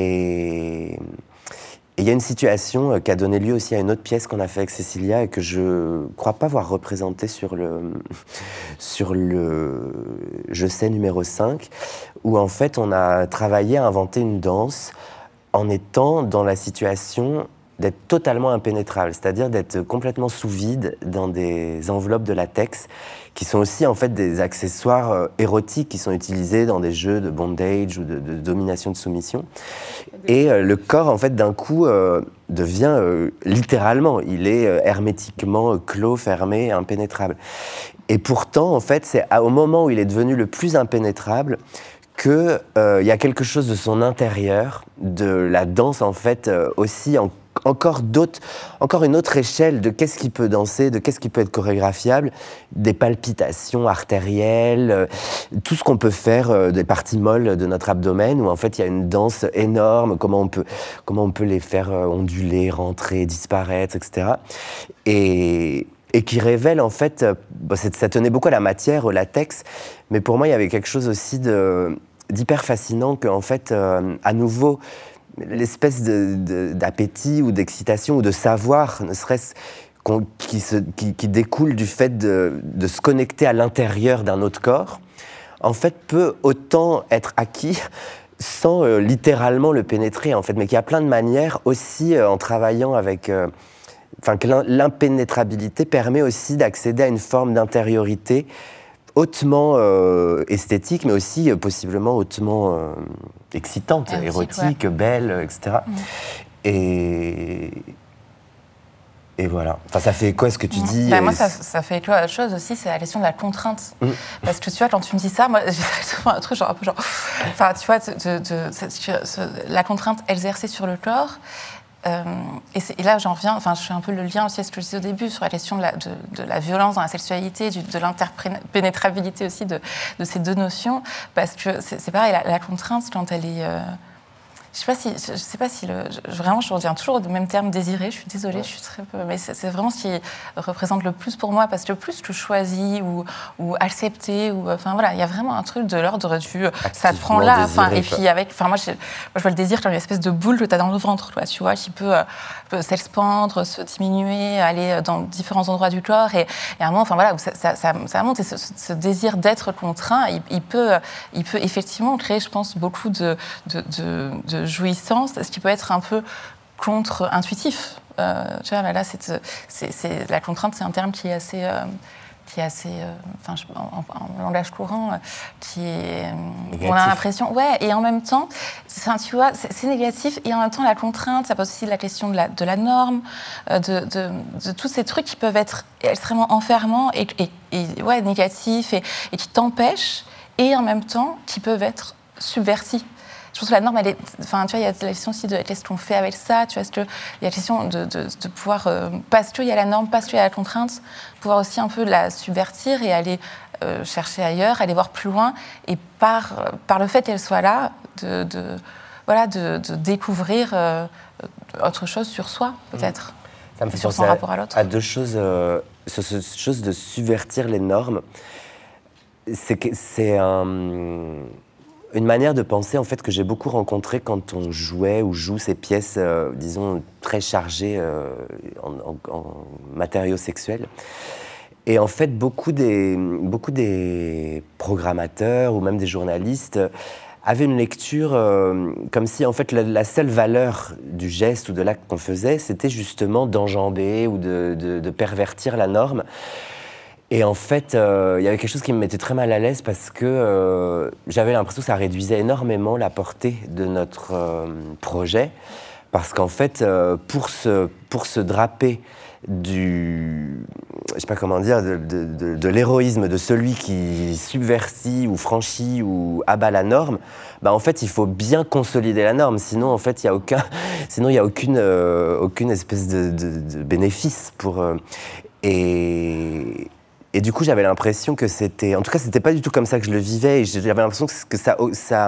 Et... Et il y a une situation qui a donné lieu aussi à une autre pièce qu'on a fait avec Cécilia et que je ne crois pas voir représentée sur le, sur le Je sais numéro cinq, où en fait on a travaillé à inventer une danse en étant dans la situation d'être totalement impénétrable, c'est-à-dire d'être complètement sous vide dans des enveloppes de latex qui sont aussi en fait des accessoires euh, érotiques qui sont utilisés dans des jeux de bondage ou de, de domination de soumission. Et euh, le corps en fait d'un coup euh, devient euh, littéralement, il est euh, hermétiquement clos, fermé, impénétrable. Et pourtant en fait c'est au moment où il est devenu le plus impénétrable qu'il euh, y a quelque chose de son intérieur, de la danse en fait euh, aussi en Encore, d'autres, encore une autre échelle de qu'est-ce qui peut danser, de qu'est-ce qui peut être chorégraphiable, des palpitations artérielles, euh, tout ce qu'on peut faire, euh, des parties molles de notre abdomen, où en fait il y a une danse énorme, comment on peut, comment on peut les faire euh, onduler, rentrer, disparaître, et cetera. Et, et qui révèle en fait, euh, bon, ça tenait beaucoup à la matière, au latex, mais pour moi il y avait quelque chose aussi de, d'hyper fascinant qu'en fait, euh, à nouveau, l'espèce de, de, d'appétit ou d'excitation ou de savoir, ne serait-ce qui, se, qui, qui découle du fait de, de se connecter à l'intérieur d'un autre corps, en fait, peut autant être acquis sans euh, littéralement le pénétrer, en fait, mais qu'il y a plein de manières aussi euh, en travaillant avec... Euh, enfin, que l'impénétrabilité permet aussi d'accéder à une forme d'intériorité hautement euh, esthétique, mais aussi euh, possiblement hautement euh, excitante, érotique, érotique ouais. belle, et cetera. Mmh. Et... Et voilà. Enfin, ça fait quoi ce que tu mmh. dis bah, Moi, ça, ça fait écho à autre chose aussi, c'est la question de la contrainte. Mmh. Parce que tu vois, quand tu me dis ça, moi, j'ai un truc genre un peu genre... Enfin, tu vois, de, de, de, de, la contrainte exercée sur le corps... Euh, et, et là, j'en reviens, enfin, je fais un peu le lien aussi à ce que je disais au début sur la question de la, de, de la violence dans la sexualité, du, de l'interpénétrabilité aussi de, de ces deux notions, parce que c'est, c'est pareil, la, la contrainte, quand elle est... Euh, je sais pas si, je sais pas si le, je, vraiment, je reviens toujours au même terme désiré. Je suis désolée, ouais. je suis très peu, mais c'est, c'est vraiment ce qui représente le plus pour moi, parce que plus que choisir ou, ou accepter, ou enfin voilà, il y a vraiment un truc de l'ordre du, ça te prend là, enfin, et puis avec, enfin moi, moi, je vois le désir comme une espèce de boule que tu as dans le ventre, toi, tu vois, qui peut, peut s'expandre, se diminuer, aller dans différents endroits du corps, et, et à un moment, enfin voilà, où ça, ça, ça, ça monte, et ce, ce désir d'être contraint, il, il peut, il peut effectivement créer, je pense, beaucoup de, de, de, de jouissance, ce qui peut être un peu contre-intuitif. Euh, tu vois, là, c'est, c'est, c'est, la contrainte, c'est un terme qui est assez, euh, qui est assez, enfin, euh, en, en, en langage courant, euh, qui est, négatif. On a l'impression, ouais, et en même temps, tu vois, c'est, c'est négatif, et en même temps, la contrainte, ça pose aussi la question de la, de la norme, euh, de, de, de tous ces trucs qui peuvent être extrêmement enfermants et, et, et ouais, négatifs et, et qui t'empêchent, et en même temps, qui peuvent être subversifs. Je pense que la norme, elle est, enfin, tu vois, il y a la question aussi de qu'est-ce qu'on fait avec ça, tu vois, il y a la question de, de, de pouvoir, euh, parce qu'il y a la norme, parce qu'il y a la contrainte, pouvoir aussi un peu la subvertir et aller euh, chercher ailleurs, aller voir plus loin, et par, par le fait qu'elle soit là, de, de, voilà, de, de découvrir euh, autre chose sur soi, peut-être, ça me fait sur son rapport à l'autre. À deux choses, euh, ce, ce chose de subvertir les normes, c'est, c'est un... une manière de penser en fait que j'ai beaucoup rencontrée quand on jouait ou joue ces pièces, euh, disons, très chargées euh, en, en, en matériaux sexuels. Et en fait, beaucoup des, beaucoup des programmateurs ou même des journalistes avaient une lecture euh, comme si en fait la, la seule valeur du geste ou de l'acte qu'on faisait, c'était justement d'enjamber ou de, de, de pervertir la norme. Et en fait, euh, il y avait quelque chose qui me mettait très mal à l'aise parce que euh, j'avais l'impression que ça réduisait énormément la portée de notre euh, projet. Parce qu'en fait, euh, pour, se, pour se draper du... je sais pas comment dire, de, de, de, de l'héroïsme de celui qui subvertit ou franchit ou abat la norme, bah en fait, il faut bien consolider la norme. Sinon, en fait, il n'y a aucun... sinon, il n'y a aucune, euh, aucune espèce de, de, de bénéfice pour... Euh, et... Et du coup, j'avais l'impression que c'était... En tout cas, c'était pas du tout comme ça que je le vivais. Et j'avais l'impression que ça... ça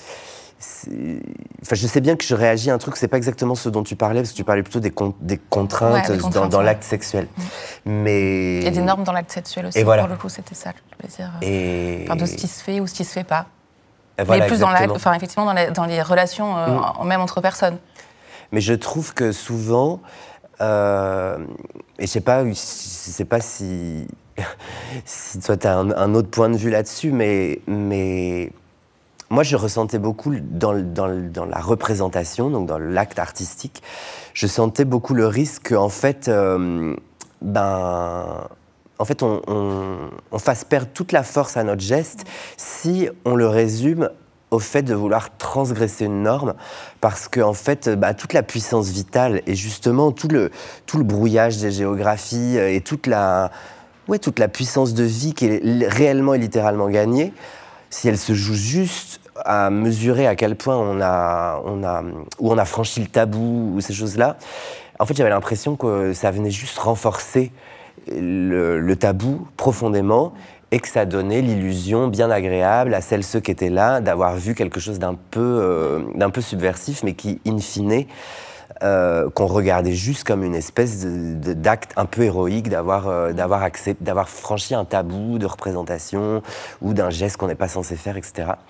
enfin, je sais bien que je réagis à un truc, c'est pas exactement ce dont tu parlais, parce que tu parlais plutôt des, con, des contraintes, ouais, des contraintes dans, dans l'acte sexuel. Mmh. Mais... Et des normes dans l'acte sexuel aussi. Et voilà. Pour le coup, c'était ça, je veux dire. Et... Enfin, de ce qui se fait ou ce qui se fait pas. Et voilà, mais plus exactement. dans la, enfin, effectivement, dans les, dans les relations, euh, mmh. même entre personnes. Mais je trouve que souvent... Euh, et je sais pas, je sais pas si... si toi, tu as un, un autre point de vue là-dessus, mais, mais moi, je ressentais beaucoup dans, dans, dans la représentation, donc dans l'acte artistique, je sentais beaucoup le risque qu'en fait, euh, ben, en fait on, on, on fasse perdre toute la force à notre geste si on le résume au fait de vouloir transgresser une norme, parce que en fait, bah, toute la puissance vitale et justement tout le, tout le brouillage des géographies et toute la... Ouais, toute la puissance de vie qui est réellement et littéralement gagnée, si elle se joue juste à mesurer à quel point on a, on a, où on a franchi le tabou ou ces choses-là, en fait, j'avais l'impression que ça venait juste renforcer le, le tabou profondément et que ça donnait l'illusion bien agréable à celles, ceux qui étaient là, d'avoir vu quelque chose d'un peu, euh, d'un peu subversif, mais qui, in fine, Euh, qu'on regardait juste comme une espèce de, de, d'acte un peu héroïque, d'avoir, euh, d'avoir, accept, d'avoir franchi un tabou de représentation ou d'un geste qu'on n'est pas censé faire, et cetera.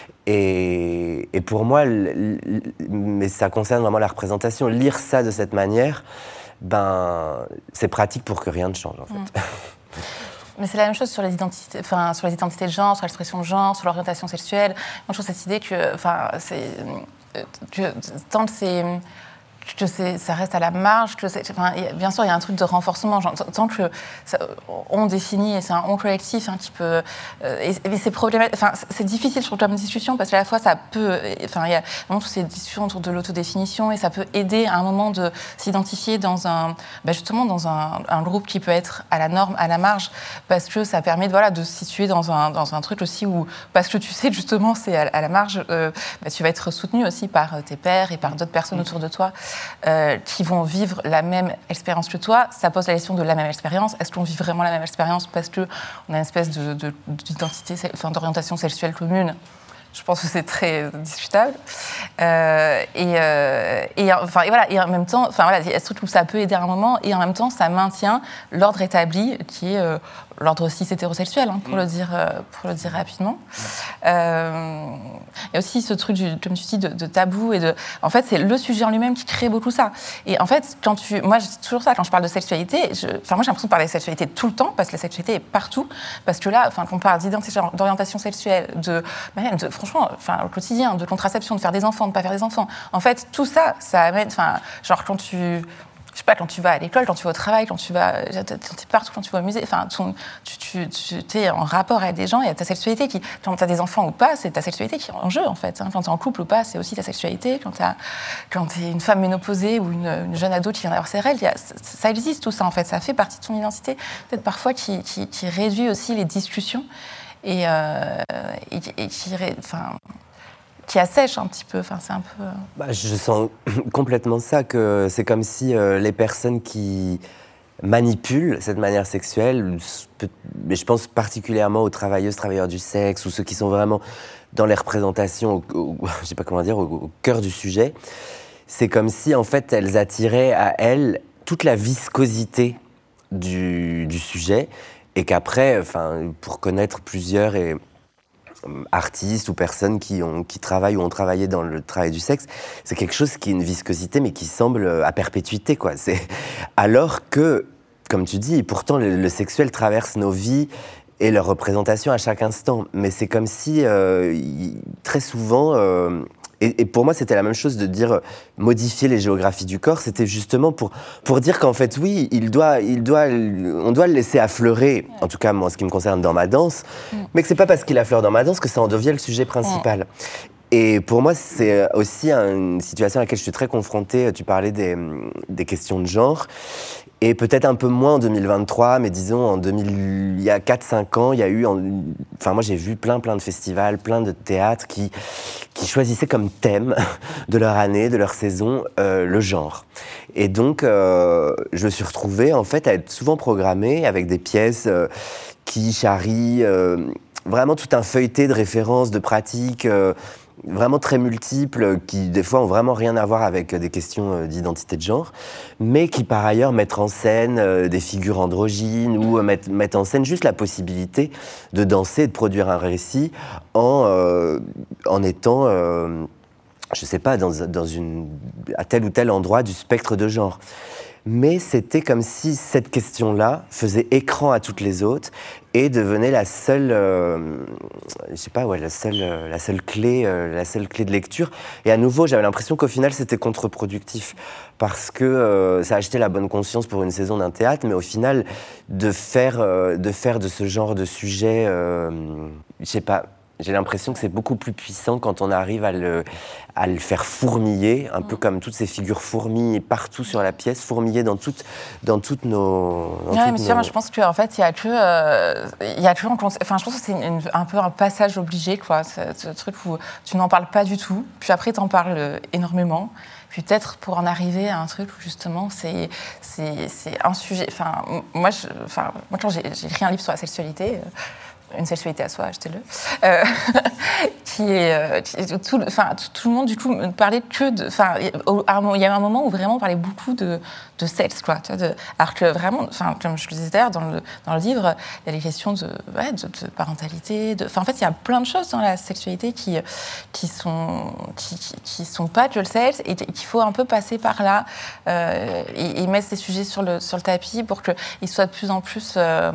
Et, et pour moi, l, l, mais ça concerne vraiment la représentation, lire ça de cette manière, ben, c'est pratique pour que rien ne change, en fait. Mmh. Mais c'est la même chose sur les identités, enfin, sur les identités de genre, sur l'expression de genre, sur l'orientation sexuelle. Moi, je trouve cette idée que, enfin, c'est, que tant que c'est... que c'est, ça reste à la marge, que c'est, enfin, y a, bien sûr, il y a un truc de renforcement. Genre, tant que ça, on définit, et c'est un on collectif hein, qui peut... Euh, et, et c'est problématique, enfin, c'est difficile, je trouve, comme discussion, parce qu'à la fois, ça peut... Enfin, il y a vraiment toutes ces discussions autour de l'autodéfinition, et ça peut aider à un moment de s'identifier dans un... Ben justement, dans un, un groupe qui peut être à la norme, à la marge, parce que ça permet de, voilà, de se situer dans un, dans un truc aussi où... Parce que tu sais que, justement, c'est à, à la marge, euh, ben, tu vas être soutenu aussi par tes pairs et par d'autres personnes autour de toi. Euh, qui vont vivre la même expérience que toi, ça pose la question de la même expérience. Est-ce qu'on vit vraiment la même expérience parce qu'on a une espèce de, de, d'identité, enfin, d'orientation sexuelle commune? Je pense que c'est très discutable. Euh, et, euh, et, enfin, et, voilà, et en même temps, enfin, voilà, il y a ce truc où ça peut aider à un moment, et en même temps, ça maintient l'ordre établi, qui est euh, l'ordre cis hétérosexuel, hein, pour, mmh. le dire, euh, pour le dire rapidement. Euh, il y a aussi ce truc, du, comme tu dis, de, de tabou. Et de, en fait, c'est le sujet en lui-même qui crée beaucoup ça. Et en fait, quand tu, moi, je dis toujours ça, quand je parle de sexualité, je, enfin, moi, j'ai l'impression de parler de sexualité tout le temps, parce que la sexualité est partout. Parce que là, enfin, qu'on parle d'identité, d'orientation sexuelle, de, même de franchement, enfin, au quotidien, de contraception, de faire des enfants, de ne pas faire des enfants. En fait, tout ça, ça amène, enfin, genre quand tu, je sais pas, quand tu vas à l'école, quand tu vas au travail, quand tu vas, t'es partout, quand tu vas au musée, enfin, tu, tu, tu, tu es en rapport avec des gens, il y a ta sexualité qui, quand tu as des enfants ou pas, c'est ta sexualité qui est en jeu, en fait. Hein. Quand tu es en couple ou pas, c'est aussi ta sexualité. Quand tu es une femme ménopausée ou une, une jeune ado qui vient d'avoir ses règles, y a, ça, ça existe tout ça, en fait. Ça fait partie de ton identité, peut-être parfois qui, qui, qui réduit aussi les discussions et, euh, et, et qui, enfin, qui assèche un petit peu. Enfin, c'est un peu... Bah, je sens complètement ça, que c'est comme si euh, les personnes qui manipulent cette manière sexuelle, mais je pense particulièrement aux travailleuses, travailleurs du sexe, ou ceux qui sont vraiment dans les représentations, au, au, je sais pas comment dire, au, au cœur du sujet, c'est comme si en fait elles attiraient à elles toute la viscosité du, du sujet, et qu'après, enfin, pour connaître plusieurs et artistes ou personnes qui, ont, qui travaillent ou ont travaillé dans le travail du sexe, c'est quelque chose qui est une viscosité, mais qui semble à perpétuité, quoi. C'est... Alors que, comme tu dis, pourtant le, le sexuel traverse nos vies et leur représentation à chaque instant. Mais c'est comme si, euh, y, très souvent... Euh, Et, et pour moi, c'était la même chose de dire euh, modifier les géographies du corps. C'était justement pour, pour dire qu'en fait, oui, il doit, il doit, on doit le laisser affleurer, en tout cas, moi, en ce qui me concerne, dans ma danse, mm. mais que c'est pas parce qu'il affleure dans ma danse que ça en devient le sujet principal. Mm. Et pour moi, c'est aussi une situation à laquelle je suis très confrontée. Tu parlais des, des questions de genre. Et peut-être un peu moins en deux mille vingt-trois, mais disons, en deux mille, il y a quatre cinq ans, il y a eu... En, enfin, moi, j'ai vu plein, plein de festivals, plein de théâtres qui, qui choisissaient comme thème de leur année, de leur saison, euh, le genre. Et donc, euh, je me suis retrouvée, en fait, à être souvent programmée avec des pièces euh, qui charrient euh, vraiment tout un feuilleté de références, de pratiques... Euh, vraiment très multiples, qui des fois ont vraiment rien à voir avec des questions d'identité de genre, mais qui par ailleurs mettent en scène euh, des figures androgynes ou euh, mettent, mettent en scène juste la possibilité de danser, de produire un récit en, euh, en étant, euh, je sais pas, dans, dans une, à tel ou tel endroit du spectre de genre. Mais c'était comme si cette question-là faisait écran à toutes les autres et devenait la seule, euh, je sais pas, ouais, la seule, euh, la seule clé, euh, la seule clé de lecture. Et à nouveau, j'avais l'impression qu'au final, c'était contre-productif parce que euh, ça achetait la bonne conscience pour une saison d'un théâtre, mais au final, de faire, euh, de faire de ce genre de sujet, euh, je sais pas. J'ai l'impression que c'est beaucoup plus puissant quand on arrive à le, à le faire fourmiller, un mmh. peu comme toutes ces figures fourmillent partout sur la pièce, fourmiller dans toutes, dans toutes nos... Oui, mais sûr, nos... moi je pense qu'en fait, il n'y a que... Euh, il y a que enfin, je pense que c'est une, un peu un passage obligé, quoi, ce, ce truc où tu n'en parles pas du tout, puis après tu en parles énormément, puis peut-être pour en arriver à un truc où justement c'est, c'est, c'est un sujet... Enfin, moi, je, enfin, moi quand j'ai, j'ai écrit un livre sur la sexualité... Euh, une sexualité à soi, achetez-le, euh, qui est, euh, qui, tout, tout, tout le monde du coup ne parlait que de, enfin, il y a un moment où vraiment on parlait beaucoup de, de sexe, quoi, tu vois, de, alors que vraiment, enfin, comme je le disais d'ailleurs dans le, dans le livre, il y a les questions de, ouais, de, de parentalité, de, enfin, en fait, il y a plein de choses dans la sexualité qui, qui sont, qui, qui, qui sont pas que le sexe et qu'il faut un peu passer par là euh, et, et mettre ces sujets sur le, sur le tapis pour qu'ils soient de plus en plus euh,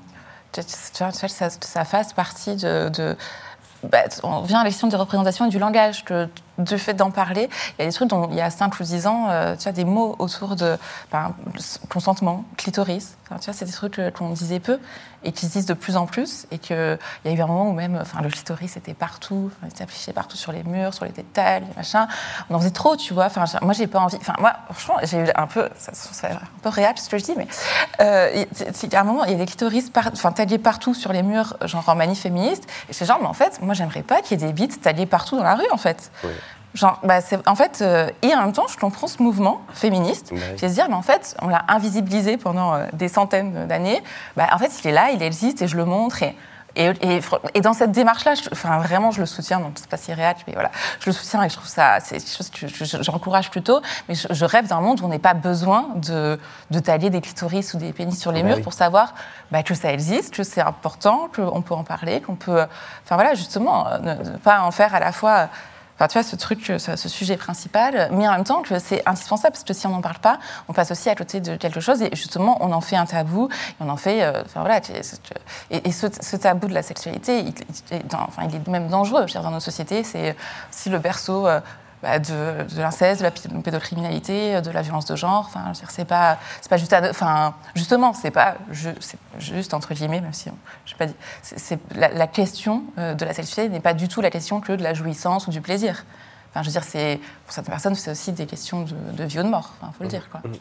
Tu vois, ça, ça fasse partie de... de bah, on vient à la question des représentations et du langage, que, du fait d'en parler. Il y a des trucs dont il y a cinq ou dix ans, euh, tu vois, des mots autour de ben, consentement, clitoris. Enfin, tu vois, c'est des trucs qu'on disait peu et qui se disent de plus en plus. Et qu'il y a eu un moment où même enfin, le clitoris était partout, enfin, il était affiché partout sur les murs, sur les détails, machin. On en faisait trop, tu vois. Enfin, moi, j'ai pas envie... Enfin, moi, franchement, j'ai eu un peu... Ça, ça fait un peu réel, ce que je dis, mais... Euh, il y a un moment, il y a des clitoris par, enfin, tagués partout sur les murs, genre en manif féministe. Et je suis genre, mais en fait, moi, j'aimerais pas qu'il y ait des bites taguées partout dans la rue, en fait. Oui. Genre, bah c'est, en fait, euh, et en même temps, je comprends ce mouvement féministe, oui. qui est de se dire, mais en fait, on l'a invisibilisé pendant euh, des centaines d'années. Bah, en fait, il est là, il existe, et je le montre. Et, et, et, et dans cette démarche-là, je, enfin, vraiment, je le soutiens. Donc, c'est pas si réel, mais voilà, je le soutiens et je trouve ça, c'est quelque chose que je, je, j'encourage plutôt. Mais je, je rêve d'un monde où on n'ait pas besoin de, de tailler des clitoris ou des pénis sur les bah, murs oui. pour savoir bah, que ça existe, que c'est important, qu'on peut en parler, qu'on peut, enfin voilà, justement, ne, ne pas en faire à la fois. Enfin, tu vois, ce truc, ce, ce sujet principal, mais en même temps que c'est indispensable, parce que si on n'en parle pas, on passe aussi à côté de quelque chose, et justement, on en fait un tabou, et on en fait, euh, enfin voilà, et, et ce, ce tabou de la sexualité, il, il, est, dans, enfin, il est même dangereux, je veux dire, dans nos sociétés, c'est si le berceau... Euh, bah, de, de l'inceste, de la pédocriminalité, de la violence de genre. Enfin, je veux dire, c'est pas, c'est pas juste, enfin, justement, c'est pas je, c'est juste entre guillemets, même si je pas dit, c'est, c'est la, la question de la sexualité n'est pas du tout la question que de la jouissance ou du plaisir. Enfin, je veux dire, c'est pour certaines personnes, c'est aussi des questions de, de vie ou de mort. Enfin, faut le dire, quoi.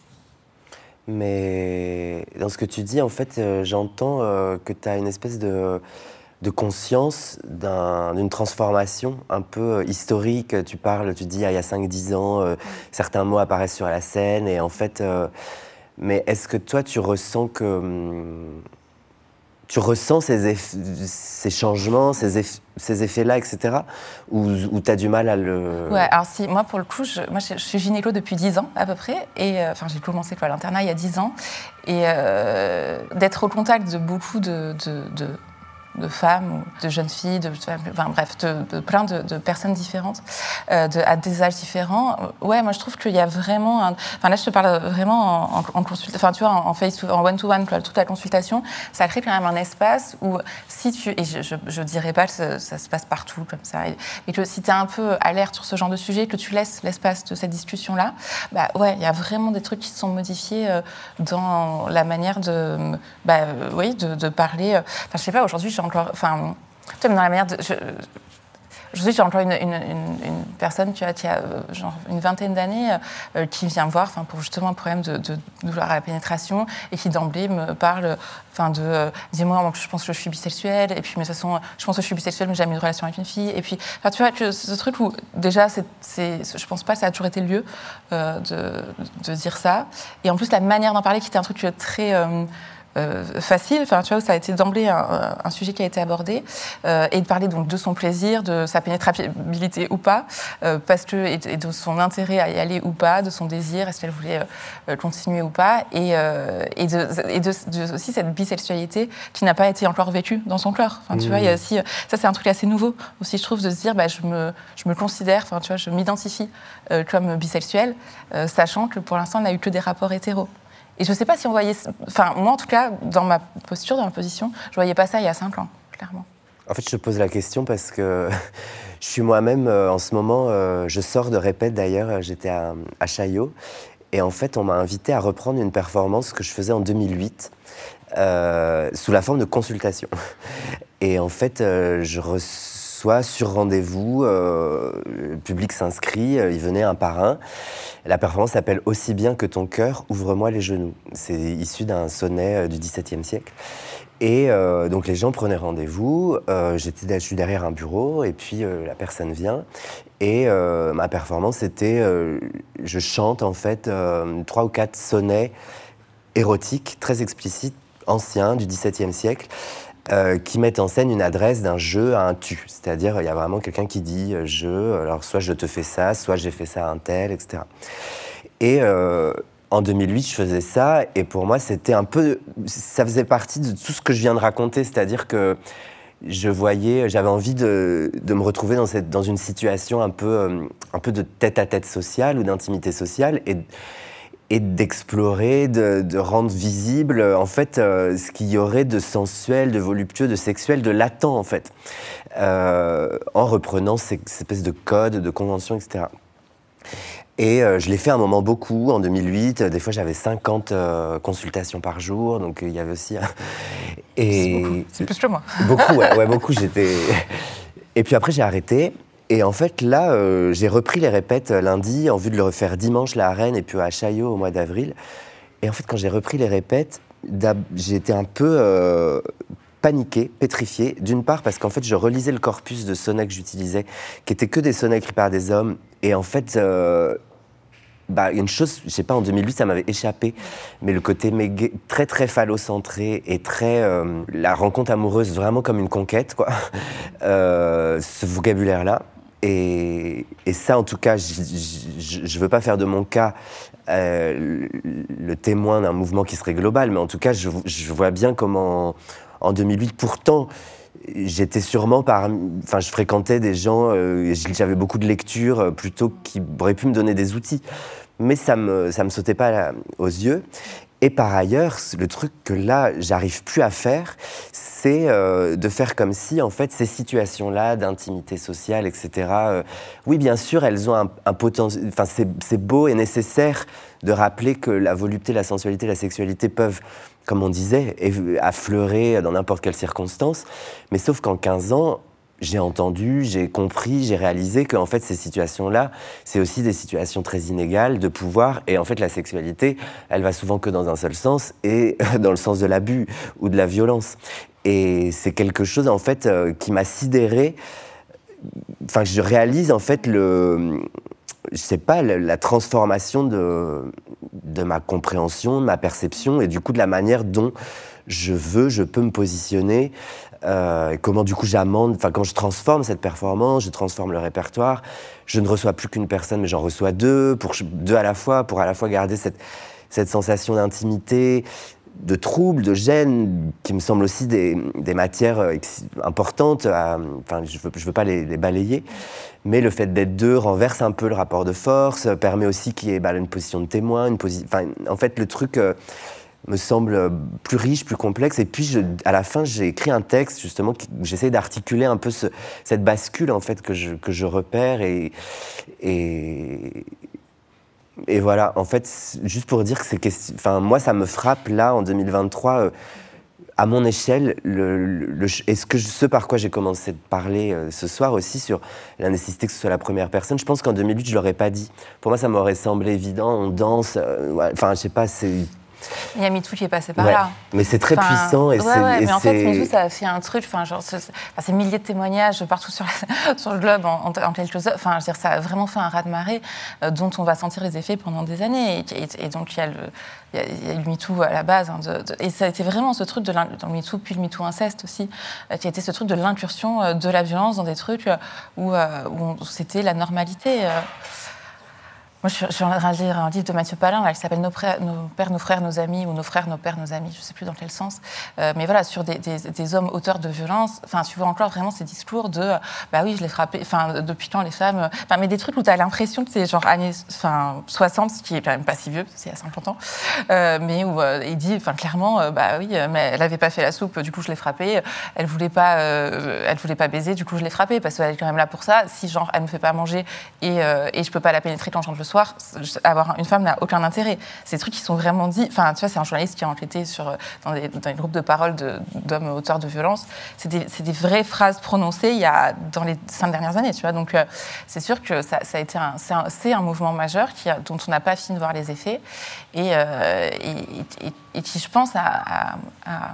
Mais dans ce que tu dis, en fait, euh, j'entends euh, que tu as une espèce de de conscience d'un, d'une transformation un peu historique. Tu parles, tu dis, il y a cinq dix ans, euh, certains mots apparaissent sur la scène, et en fait... Euh, mais est-ce que toi, tu ressens que... Hum, tu ressens ces, eff- ces changements, ces, eff- ces effets-là, et cetera, ou, ou tu as du mal à le... Ouais, alors si, moi, pour le coup, je, moi, je, je suis gynéco depuis dix ans, à peu près, et euh, enfin, j'ai commencé quoi, l'internat il y a dix ans, et euh, d'être au contact de beaucoup de... de, de de femmes, ou de jeunes filles, de, enfin, bref, de, de plein de, de personnes différentes, euh, de, à des âges différents. Ouais, moi je trouve qu'il y a vraiment, un, enfin là je te parle vraiment en, en, en consultation, enfin tu vois, en, en face, en one to one, quoi, toute la consultation, ça crée quand même un espace où si tu, et je, je, je dirais pas que ça, ça se passe partout comme ça, et, et que si tu es un peu alerte sur ce genre de sujet, que tu laisses l'espace de cette discussion-là, bah ouais, il y a vraiment des trucs qui se sont modifiés euh, dans la manière de, bah euh, oui, de, de parler. Enfin je sais pas, aujourd'hui j'ai encore, enfin, tu vois, dans la manière de, je, aujourd'hui, j'ai encore une, une, une, une personne tu vois, qui a euh, genre une vingtaine d'années euh, qui vient me voir, enfin, pour justement un problème de, de, de douleur à la pénétration, et qui d'emblée me parle, enfin, de, euh, dis-moi, je pense que je suis bisexuelle, et puis mais de toute façon, je pense que je suis bisexuelle, mais j'ai jamais eu de relation avec une fille, et puis, enfin, tu vois, que ce truc où déjà, c'est, c'est, je pense pas que ça a toujours été le lieu euh, de, de dire ça, et en plus la manière d'en parler, qui était un truc très euh, Euh, facile, enfin tu vois, ça a été d'emblée un, un sujet qui a été abordé, euh, et de parler donc de son plaisir, de sa pénétrabilité ou pas, euh, parce que et, et de son intérêt à y aller ou pas, de son désir, est-ce qu'elle voulait euh, continuer ou pas, et, euh, et, de, et de, de aussi cette bisexualité qui n'a pas été encore vécue dans son corps. Enfin tu mmh. vois, il y a aussi ça, c'est un truc assez nouveau aussi, je trouve, de se dire bah je me je me considère, enfin tu vois, je m'identifie euh, comme bisexuelle, euh, sachant que pour l'instant on n'a eu que des rapports hétéros. Et je ne sais pas si on voyait... Enfin, moi, en tout cas, dans ma posture, dans ma position, je ne voyais pas ça il y a cinq ans, clairement. En fait, je te pose la question parce que je suis moi-même, euh, en ce moment, euh, je sors de répète, d'ailleurs, j'étais à, à Chaillot, et en fait, on m'a invité à reprendre une performance que je faisais en deux mille huit, euh, sous la forme de consultation. Et en fait, euh, je reçois sur rendez-vous, euh, le public s'inscrit, euh, il venait un par un. La performance s'appelle « Aussi bien que ton cœur, ouvre-moi les genoux ». C'est issu d'un sonnet du dix-septième siècle. Et euh, donc les gens prenaient rendez-vous, euh, j'étais, je suis derrière un bureau, et puis euh, la personne vient. Et euh, ma performance, c'était, euh, je chante en fait euh, trois ou quatre sonnets érotiques, très explicites, anciens, du dix-septième siècle, Euh, qui mettent en scène une adresse d'un je à un tu. C'est-à-dire, il y a vraiment quelqu'un qui dit euh, je, alors soit je te fais ça, soit j'ai fait ça à un tel, et cetera. Et euh, en deux mille huit, je faisais ça, et pour moi, c'était un peu... Ça faisait partie de tout ce que je viens de raconter, c'est-à-dire que je voyais, j'avais envie de, de me retrouver dans, cette, dans une situation un peu, euh, un peu de tête-à-tête sociale ou d'intimité sociale, et et d'explorer, de, de rendre visible, en fait, euh, ce qu'il y aurait de sensuel, de voluptueux, de sexuel, de latent, en fait, euh, en reprenant ces, ces espèces de codes, de conventions, et cetera. Et euh, je l'ai fait un moment beaucoup, en deux mille huit, des fois j'avais cinquante euh, consultations par jour, donc il euh, y avait aussi... Un... Et... C'est beaucoup, c'est plus que moi. Beaucoup, ouais, ouais, beaucoup, j'étais... Et puis après j'ai arrêté. Et en fait, là, euh, j'ai repris les répètes lundi, en vue de le refaire dimanche, là, à Rennes, et puis à Chaillot, au mois d'avril. Et en fait, quand j'ai repris les répètes, j'ai été un peu euh, paniqué, pétrifié. D'une part, parce qu'en fait, je relisais le corpus de sonnets que j'utilisais, qui étaient que des sonnets écrits par des hommes. Et en fait, euh, bah, une chose, je sais pas, en deux mille huit, ça m'avait échappé, mais le côté méga, très, très phallocentré et très... Euh, la rencontre amoureuse, vraiment comme une conquête, quoi. euh, ce vocabulaire-là. Et, et ça, en tout cas, je ne veux pas faire de mon cas euh, le témoin d'un mouvement qui serait global, mais en tout cas, je, je vois bien comment, en deux mille huit, pourtant, j'étais sûrement par... Enfin, je fréquentais des gens, euh, j'avais beaucoup de lectures, euh, plutôt qui auraient pu me donner des outils. Mais ça ne me, ça me sautait pas là, aux yeux. Et par ailleurs, le truc que là, j'arrive plus à faire, c'est euh, de faire comme si, en fait, ces situations-là d'intimité sociale, et cetera, euh, oui, bien sûr, elles ont un, un potentiel... Enfin, c'est, c'est beau et nécessaire de rappeler que la volupté, la sensualité, la sexualité peuvent, comme on disait, affleurer dans n'importe quelle circonstance. Mais sauf qu'en quinze ans, j'ai entendu, j'ai compris, j'ai réalisé qu'en fait, ces situations-là, c'est aussi des situations très inégales de pouvoir. Et en fait, la sexualité, elle va souvent que dans un seul sens, et dans le sens de l'abus ou de la violence. Et c'est quelque chose, en fait, euh, qui m'a sidéré. Enfin, je réalise, en fait, le... je sais pas, la transformation de, de ma compréhension, de ma perception, et du coup, de la manière dont je veux, je peux me positionner. Euh, et comment du coup j'amende, enfin quand je transforme cette performance, je transforme le répertoire, je ne reçois plus qu'une personne mais j'en reçois deux, pour deux à la fois, pour à la fois garder cette, cette sensation d'intimité, de trouble, de gêne, qui me semblent aussi des, des matières importantes, à, enfin je ne veux, je veux pas les, les balayer, mais le fait d'être deux renverse un peu le rapport de force, permet aussi qu'il y ait bah, une position de témoin, une posi- enfin, en fait le truc... Euh, me semble plus riche, plus complexe. Et puis, je, à la fin, j'ai écrit un texte, justement, où j'essaie d'articuler un peu ce, cette bascule, en fait, que je, que je repère. Et, et, et voilà, en fait, juste pour dire que c'est... Enfin, moi, ça me frappe, là, en deux mille vingt-trois, euh, à mon échelle, le, le, le, est-ce que je, ce par quoi j'ai commencé de parler euh, ce soir aussi, sur la nécessité que ce soit la première personne, je pense qu'en deux mille huit, je ne l'aurais pas dit. Pour moi, ça m'aurait semblé évident, on danse, euh, ouais, enfin, je sais pas, c'est... Il y a MeToo qui est passé par ouais. là. Mais c'est très enfin, puissant. Et ouais, c'est, ouais, et mais en c'est... fait, MeToo, ça a fait un truc, enfin, genre, c'est, enfin, c'est milliers de témoignages partout sur, la, sur le globe en, en, en quelques heures. Enfin, je veux dire, ça a vraiment fait un raz-de-marée euh, dont on va sentir les effets pendant des années. Et, et, et donc, il y a le, il y a, il y a le MeToo à la base. Hein, de, de, et ça a été vraiment ce truc de dans le MeToo, puis le MeToo inceste aussi, euh, qui a été ce truc de l'incursion euh, de la violence dans des trucs euh, où, euh, où c'était la normalité. Euh. Moi, je suis en train de lire un livre de Mathieu Palin là, qui s'appelle nos, pré- nos pères, nos frères, nos amis, ou Nos frères, nos pères, nos amis, je ne sais plus dans quel sens. Euh, mais voilà, sur des, des, des hommes auteurs de violence, enfin, tu vois encore vraiment ces discours de bah oui, je l'ai frappé, enfin, depuis quand les femmes. Enfin, mais des trucs où tu as l'impression que c'est genre années enfin, soixante, ce qui est quand même pas si vieux, c'est il y a cinquante ans. Euh, mais où euh, il dit enfin, clairement, euh, bah oui, mais elle n'avait pas fait la soupe, du coup, je l'ai frappée. Elle ne voulait, euh, voulait pas baiser, du coup, je l'ai frappée, parce qu'elle est quand même là pour ça. Si, genre, elle ne me fait pas manger et, euh, et je ne peux pas la pénétrer quand je rentre le soir, avoir une femme n'a aucun intérêt. Ces trucs qui sont vraiment dits... Enfin, tu vois, c'est un journaliste qui a enquêté sur, dans, des, dans des groupes de parole de, d'hommes auteurs de violence. C'est des, c'est des vraies phrases prononcées il y a, dans les cinq dernières années, tu vois. Donc, euh, c'est sûr que ça, ça a été un, c'est, un, c'est un mouvement majeur qui a, dont on n'a pas fini de voir les effets et, euh, et, et, et qui, je pense, a... a, a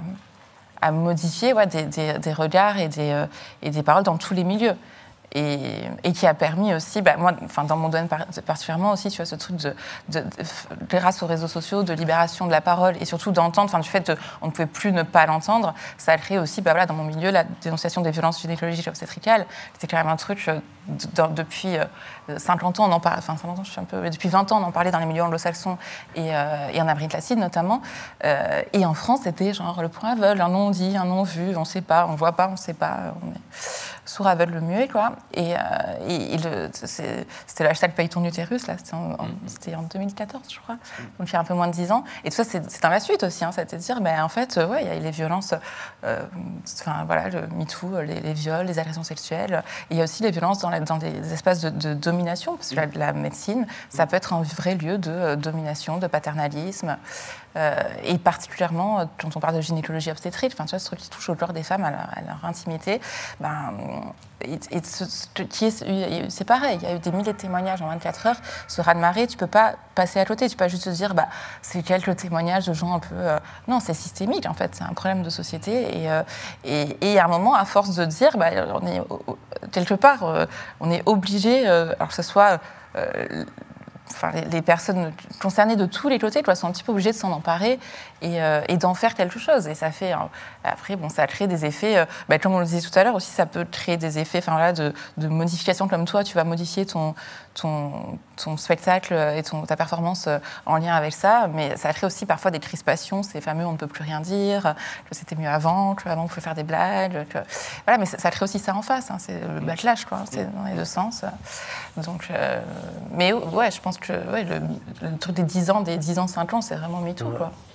à modifier ouais, des, des, des regards et des, euh, et des paroles dans tous les milieux. Et, et qui a permis aussi, bah, moi, enfin, dans mon domaine particulièrement aussi, tu vois, ce truc de, de, de, grâce aux réseaux sociaux, de libération de la parole et surtout d'entendre, enfin, du fait qu'on ne pouvait plus ne pas l'entendre, ça a créé aussi, bah, voilà, dans mon milieu, la dénonciation des violences gynécologiques et obstétricales. C'était quand même un truc, euh, de, de, depuis euh, cinquante ans, on en parle, enfin, cinquante ans, je suis un peu, depuis vingt ans, on en parlait dans les milieux anglo-saxons et, euh, et en Amérique latine notamment. Euh, et en France, c'était genre le point aveugle, un non dit, un non vu, on ne sait pas, on ne voit pas, on ne sait pas, on est sourd, aveugle, muet, quoi. Et, euh, et, et le, c'est, c'était le hashtag Paye ton utérus, là, c'était en, en, c'était en deux mille quatorze, je crois, donc il y a un peu moins de dix ans. Et tout ça, c'est, c'est dans la suite aussi, hein, c'est de dire, ben, en fait, ouais, il y a les violences, euh, enfin, voilà, le MeToo, les, les viols, les agressions sexuelles. Et il y a aussi les violences dans, la, dans des espaces de, de domination, parce que la, la médecine, ça peut être un vrai lieu de euh, domination, de paternalisme. Euh, et particulièrement, quand on parle de gynécologie obstétrique, enfin, tu vois, ce truc qui touche au corps des femmes, à leur, à leur intimité, ben, et, et ce, ce, qui est, c'est pareil, il y a eu des milliers de témoignages en vingt-quatre heures, ce raz-de-marée, tu ne peux pas passer à côté, tu ne peux pas juste te dire, bah, c'est quelques témoignages de gens un peu... Euh, non, c'est systémique, en fait, c'est un problème de société, et, euh, et, et à un moment, à force de dire, bah, on est, quelque part, euh, on est obligé, euh, alors que ce soit... Euh, Enfin, les, les personnes concernées de tous les côtés quoi, sont un petit peu obligées de s'en emparer et, euh, et d'en faire quelque chose. Et ça fait, hein, après, bon, ça crée des effets, euh, bah, comme on le disait tout à l'heure aussi, ça peut créer des effets enfin, là, de, de modification comme toi, tu vas modifier ton, ton, ton spectacle et ton, ta performance en lien avec ça, mais ça crée aussi parfois des crispations, ces fameux on ne peut plus rien dire, que c'était mieux avant, qu'avant on pouvait faire des blagues. Que... Voilà, mais ça, ça crée aussi ça en face, hein, c'est le backlash, quoi, c'est dans les deux sens. Donc, euh, mais ouais, je pense que ouais, le, le truc des dix ans, des dix ans, cinq ans, c'est vraiment MeToo, quoi.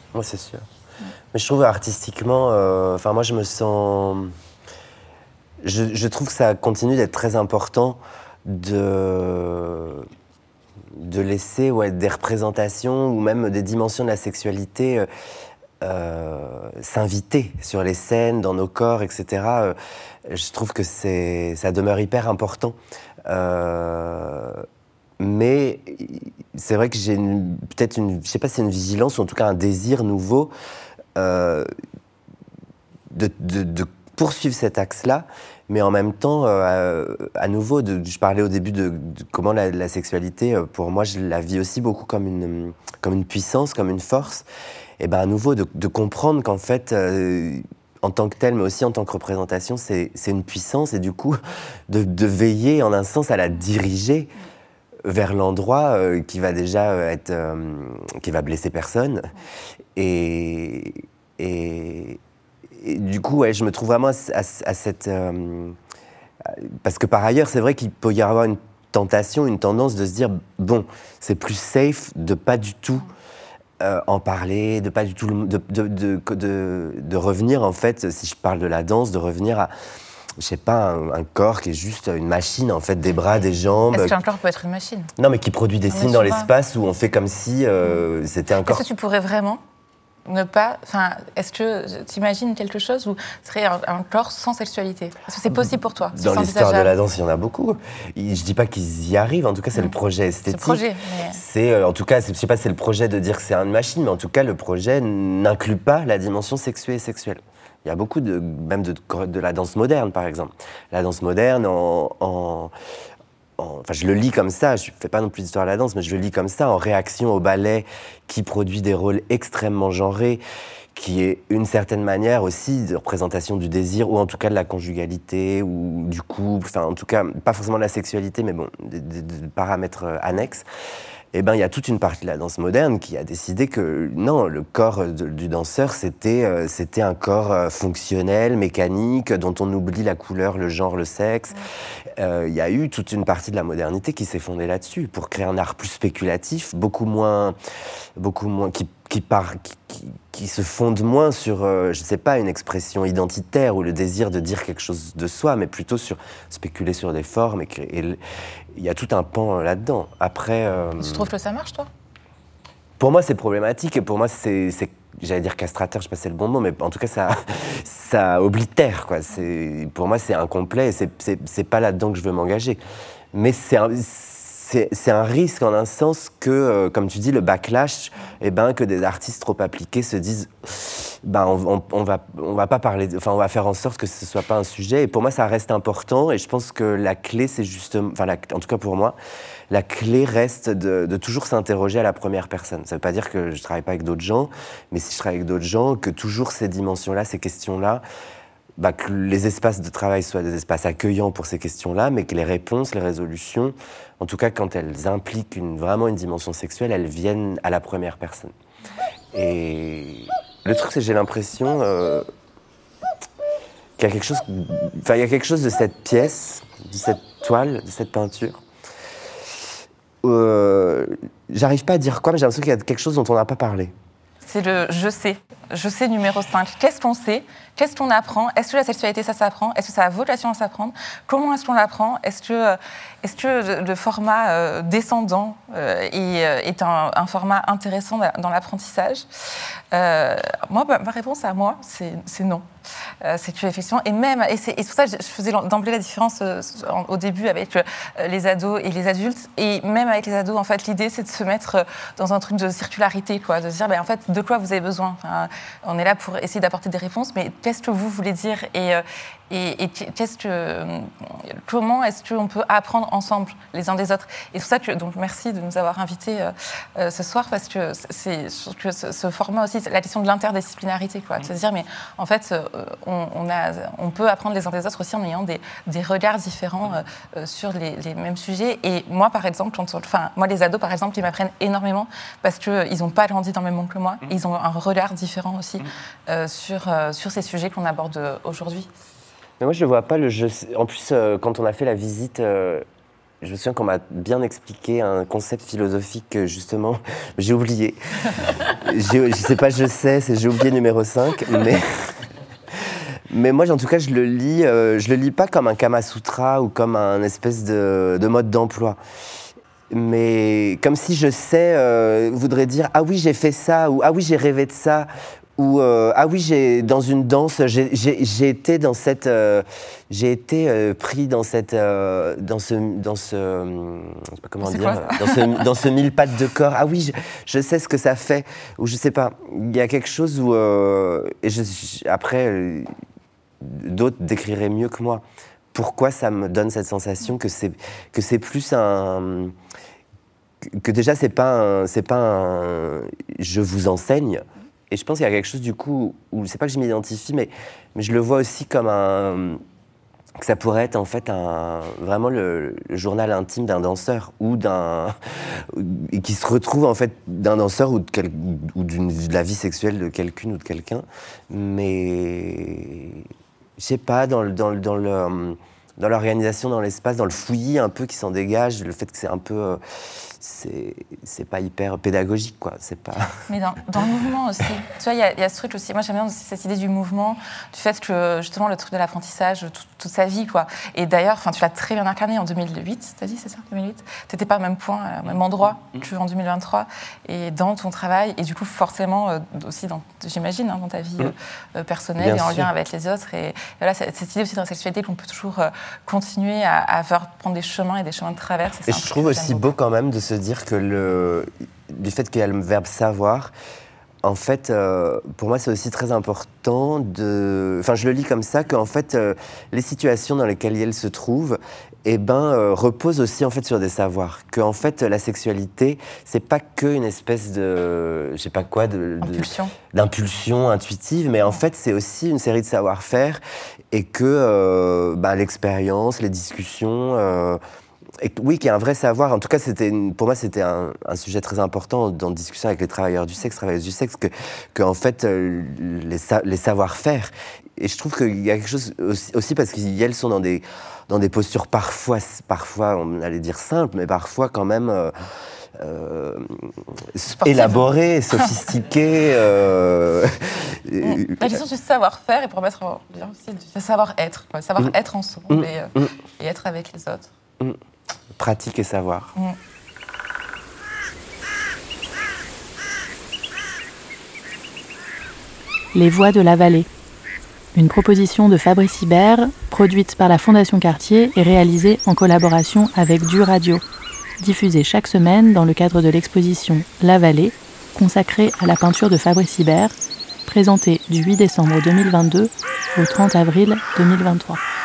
Moi, c'est sûr. Ouais. Mais je trouve artistiquement, enfin, euh, moi, je me sens. Je, je trouve que ça continue d'être très important de, de laisser ouais, des représentations ou même des dimensions de la sexualité euh, s'inviter sur les scènes, dans nos corps, et cetera. Euh, je trouve que c'est, ça demeure hyper important. Euh, mais c'est vrai que j'ai une, peut-être une, je sais pas si c'est une vigilance ou en tout cas un désir nouveau euh, de, de, de poursuivre cet axe-là, mais en même temps, euh, à, à nouveau, de, je parlais au début de, de comment la, la sexualité, pour moi, je la vis aussi beaucoup comme une, comme une puissance, comme une force. Et bien à nouveau, de, de comprendre qu'en fait, euh, en tant que tel, mais aussi en tant que représentation, c'est, c'est une puissance, et du coup, de, de veiller en un sens à la diriger vers l'endroit euh, qui va déjà être, euh, qui va blesser personne. Et, et, et du coup, ouais, je me trouve vraiment à, à, à cette... Euh, parce que par ailleurs, c'est vrai qu'il peut y avoir une tentation, une tendance de se dire, bon, c'est plus safe de pas du tout euh, en parler, de pas du tout... De, de, de, de, de revenir, en fait, si je parle de la danse, de revenir à... je sais pas, un, un corps qui est juste une machine, en fait, des bras, des jambes. Est-ce qu'un corps peut être une machine ? Non, mais qui produit des signes dans l'espace où on fait comme si euh, c'était un corps. Est-ce que tu pourrais vraiment ne pas... Enfin, est-ce que tu imagines quelque chose où ce serait un, un corps sans sexualité ? Est-ce que c'est possible pour toi ? Dans l'histoire de la danse, il y en a beaucoup. Je dis pas qu'ils y arrivent, en tout cas, c'est mmh. le projet esthétique. C'est le projet, mais... C'est, euh, en tout cas, c'est, je sais pas si c'est le projet de dire que c'est une machine, mais en tout cas, le projet n'inclut pas la dimension sexuée et sexuelle. Il y a beaucoup, de, même de, de la danse moderne, par exemple. La danse moderne, en, en, en, enfin, je le lis comme ça, je ne fais pas non plus d'histoire de la danse, mais je le lis comme ça, en réaction au ballet qui produit des rôles extrêmement genrés, qui est une certaine manière aussi de représentation du désir, ou en tout cas de la conjugalité, ou du couple, enfin, en tout cas, pas forcément de la sexualité, mais bon, des, des, des paramètres annexes. Eh ben, il y a toute une partie de la danse moderne qui a décidé que non, le corps de, du danseur, c'était, euh, c'était un corps euh, fonctionnel, mécanique, dont on oublie la couleur, le genre, le sexe. Il euh, y a eu toute une partie de la modernité qui s'est fondée là-dessus, pour créer un art plus spéculatif, beaucoup moins, beaucoup moins qui, qui, part, qui, qui, qui se fonde moins sur, euh, je ne sais pas, une expression identitaire ou le désir de dire quelque chose de soi, mais plutôt sur spéculer sur des formes. Et, et, il y a tout un pan là-dedans. Après, euh, tu trouves que ça marche, toi ? Pour moi, c'est problématique. Et pour moi, c'est, c'est j'allais dire castrateur, je sais pas si c'est le bon mot, mais en tout cas, ça, ça oblitère, quoi. C'est, pour moi, c'est incomplet. Et c'est, c'est, c'est pas là-dedans que je veux m'engager. Mais c'est un, c'est, c'est un risque en un sens que, euh, comme tu dis, le backlash, eh ben, que des artistes trop appliqués se disent, ben, on, on, on va, on va pas parler, enfin, on va faire en sorte que ce soit pas un sujet. Et pour moi, ça reste important. Et je pense que la clé, c'est justement, enfin, la, en tout cas pour moi, la clé reste de, de toujours s'interroger à la première personne. Ça veut pas dire que je travaille pas avec d'autres gens, mais si je travaille avec d'autres gens, que toujours ces dimensions-là, ces questions-là, bah, que les espaces de travail soient des espaces accueillants pour ces questions-là, mais que les réponses, les résolutions, en tout cas quand elles impliquent une, vraiment une dimension sexuelle, elles viennent à la première personne. Et le truc, c'est que j'ai l'impression euh, qu'il y a quelque chose, enfin, il y a quelque chose de cette pièce, de cette toile, de cette peinture. Euh, j'arrive pas à dire quoi, mais j'ai l'impression qu'il y a quelque chose dont on n'a pas parlé. C'est le « je sais ». Je sais numéro cinq. Qu'est-ce qu'on sait ? Qu'est-ce qu'on apprend ? Est-ce que la sexualité, ça s'apprend ? Est-ce que ça a vocation à s'apprendre ? Comment est-ce qu'on l'apprend ? Est-ce que, est-ce que le format euh, descendant euh, est, est un, un format intéressant dans l'apprentissage ? euh, Moi, ma réponse à moi, c'est, c'est non. Euh, c'est que, effectivement, et même, et c'est, et c'est pour ça que je faisais d'emblée la différence euh, au début avec euh, les ados et les adultes, et même avec les ados, en fait, l'idée, c'est de se mettre dans un truc de circularité, quoi, de se dire, ben, en fait, de quoi vous avez besoin ? Enfin, on est là pour essayer d'apporter des réponses, mais qu'est-ce que vous voulez dire ? Et, et, et qu'est-ce que, comment est-ce qu'on peut apprendre ensemble les uns des autres ? Et c'est pour ça que, donc, merci de nous avoir invités euh, ce soir, parce que c'est que ce, ce format aussi, c'est la question de l'interdisciplinarité, quoi, de se dire, mais en fait, on, on, a, on peut apprendre les uns des autres aussi en ayant des, des regards différents euh, sur les, les mêmes sujets. Et moi, par exemple, quand on, enfin, moi, les ados, par exemple, ils m'apprennent énormément parce qu'ils n'ont pas grandi dans le même monde que moi. Ils ont un regard différent aussi euh, sur, euh, sur ces sujets qu'on aborde aujourd'hui. Mais moi, je ne vois pas le jeu. En plus, euh, quand on a fait la visite, euh, je me souviens qu'on m'a bien expliqué un concept philosophique que justement j'ai oublié. j'ai, je sais pas, je sais, c'est j'ai oublié numéro cinq, mais... Mais moi, en tout cas, je le lis, euh, je le lis pas comme un Kama Sutra ou comme un espèce de, de mode d'emploi. Mais comme si je sais, euh, voudrait dire « Ah oui, j'ai fait ça » ou « Ah oui, j'ai rêvé de ça » ou euh, « Ah oui, j'ai, dans une danse, j'ai, j'ai, j'ai été dans cette... Euh, j'ai été euh, pris dans cette... Euh, dans ce... Dans ce euh, je sais pas comment C'est dire. quoi, dans ce, dans ce mille pattes de corps. Ah oui, je, je sais ce que ça fait. » Ou je sais pas. Il y a quelque chose où... Euh, et je, après... Euh, d'autres décriraient mieux que moi. Pourquoi ça me donne cette sensation que c'est, que c'est plus un... Que déjà, c'est pas un, c'est pas un... Je vous enseigne. Et je pense qu'il y a quelque chose, du coup, où c'est pas que je m'identifie, mais, mais je le vois aussi comme un... Que ça pourrait être, en fait, un, vraiment le, le journal intime d'un danseur ou d'un... Et qui se retrouve, en fait, d'un danseur ou de, quel, ou d'une, de la vie sexuelle de quelqu'une ou de quelqu'un. Mais... Je sais pas, dans, le, dans, le, dans, le, dans l'organisation, dans l'espace, dans le fouillis un peu qui s'en dégage, le fait que c'est un peu... Euh, c'est, c'est pas hyper pédagogique, quoi. C'est pas... Mais dans, dans le mouvement aussi. Tu vois, il y, y a ce truc aussi. Moi, j'aime bien cette idée du mouvement, du fait que, justement, le truc de l'apprentissage tout, toute sa vie, quoi. Et d'ailleurs, tu l'as très bien incarné en deux mille huit, t'as dit, c'est ça, deux mille huit. Tu n'étais pas au même point, au même endroit qu'en deux mille vingt-trois, et dans ton travail, et du coup, forcément, euh, aussi, dans, j'imagine, hein, dans ta vie euh, personnelle, bien et en sûr. Lien avec les autres. Et, et voilà, cette, cette idée aussi de la sexualité qu'on peut toujours euh, continuer à, à faire prendre des chemins et des chemins de traverse. Et, et je trouve aussi beau, quand même, de se dire que le, du fait qu'il y a le verbe savoir, en fait, euh, pour moi, c'est aussi très important de... Enfin, je le lis comme ça, qu'en fait, euh, les situations dans lesquelles elle se trouve, eh ben, euh, reposent aussi, en fait, sur des savoirs. Qu'en fait, la sexualité, c'est pas qu'une espèce de... Je sais pas quoi, de... Impulsion. De, d'impulsion intuitive, mais en fait, c'est aussi une série de savoir-faire et que euh, bah, l'expérience, les discussions... Euh, Et oui, qu'il y a un vrai savoir. En tout cas, c'était une, pour moi, c'était un, un sujet très important dans la discussion avec les travailleurs du sexe, travailleuses du sexe, que, que en fait, euh, les, sa, les savoir-faire. Et je trouve qu'il y a quelque chose aussi, aussi parce qu'elles sont dans des, dans des postures parfois, parfois, on allait dire simples, mais parfois quand même euh, euh, élaborées, sophistiquées. Euh, mmh. La question du savoir-faire et pour mettre en lien aussi du savoir-être, quoi. Savoir mmh. être ensemble mmh. et, euh, mmh. et être avec les autres. Mmh. Pratique et savoir. Mmh. Les voix de la vallée. Une proposition de Fabrice Hibert, produite par la Fondation Cartier et réalisée en collaboration avec Du Radio. Diffusée chaque semaine dans le cadre de l'exposition La Vallée, consacrée à la peinture de Fabrice Hibert, présentée du huit décembre deux mille vingt-deux au trente avril deux mille vingt-trois.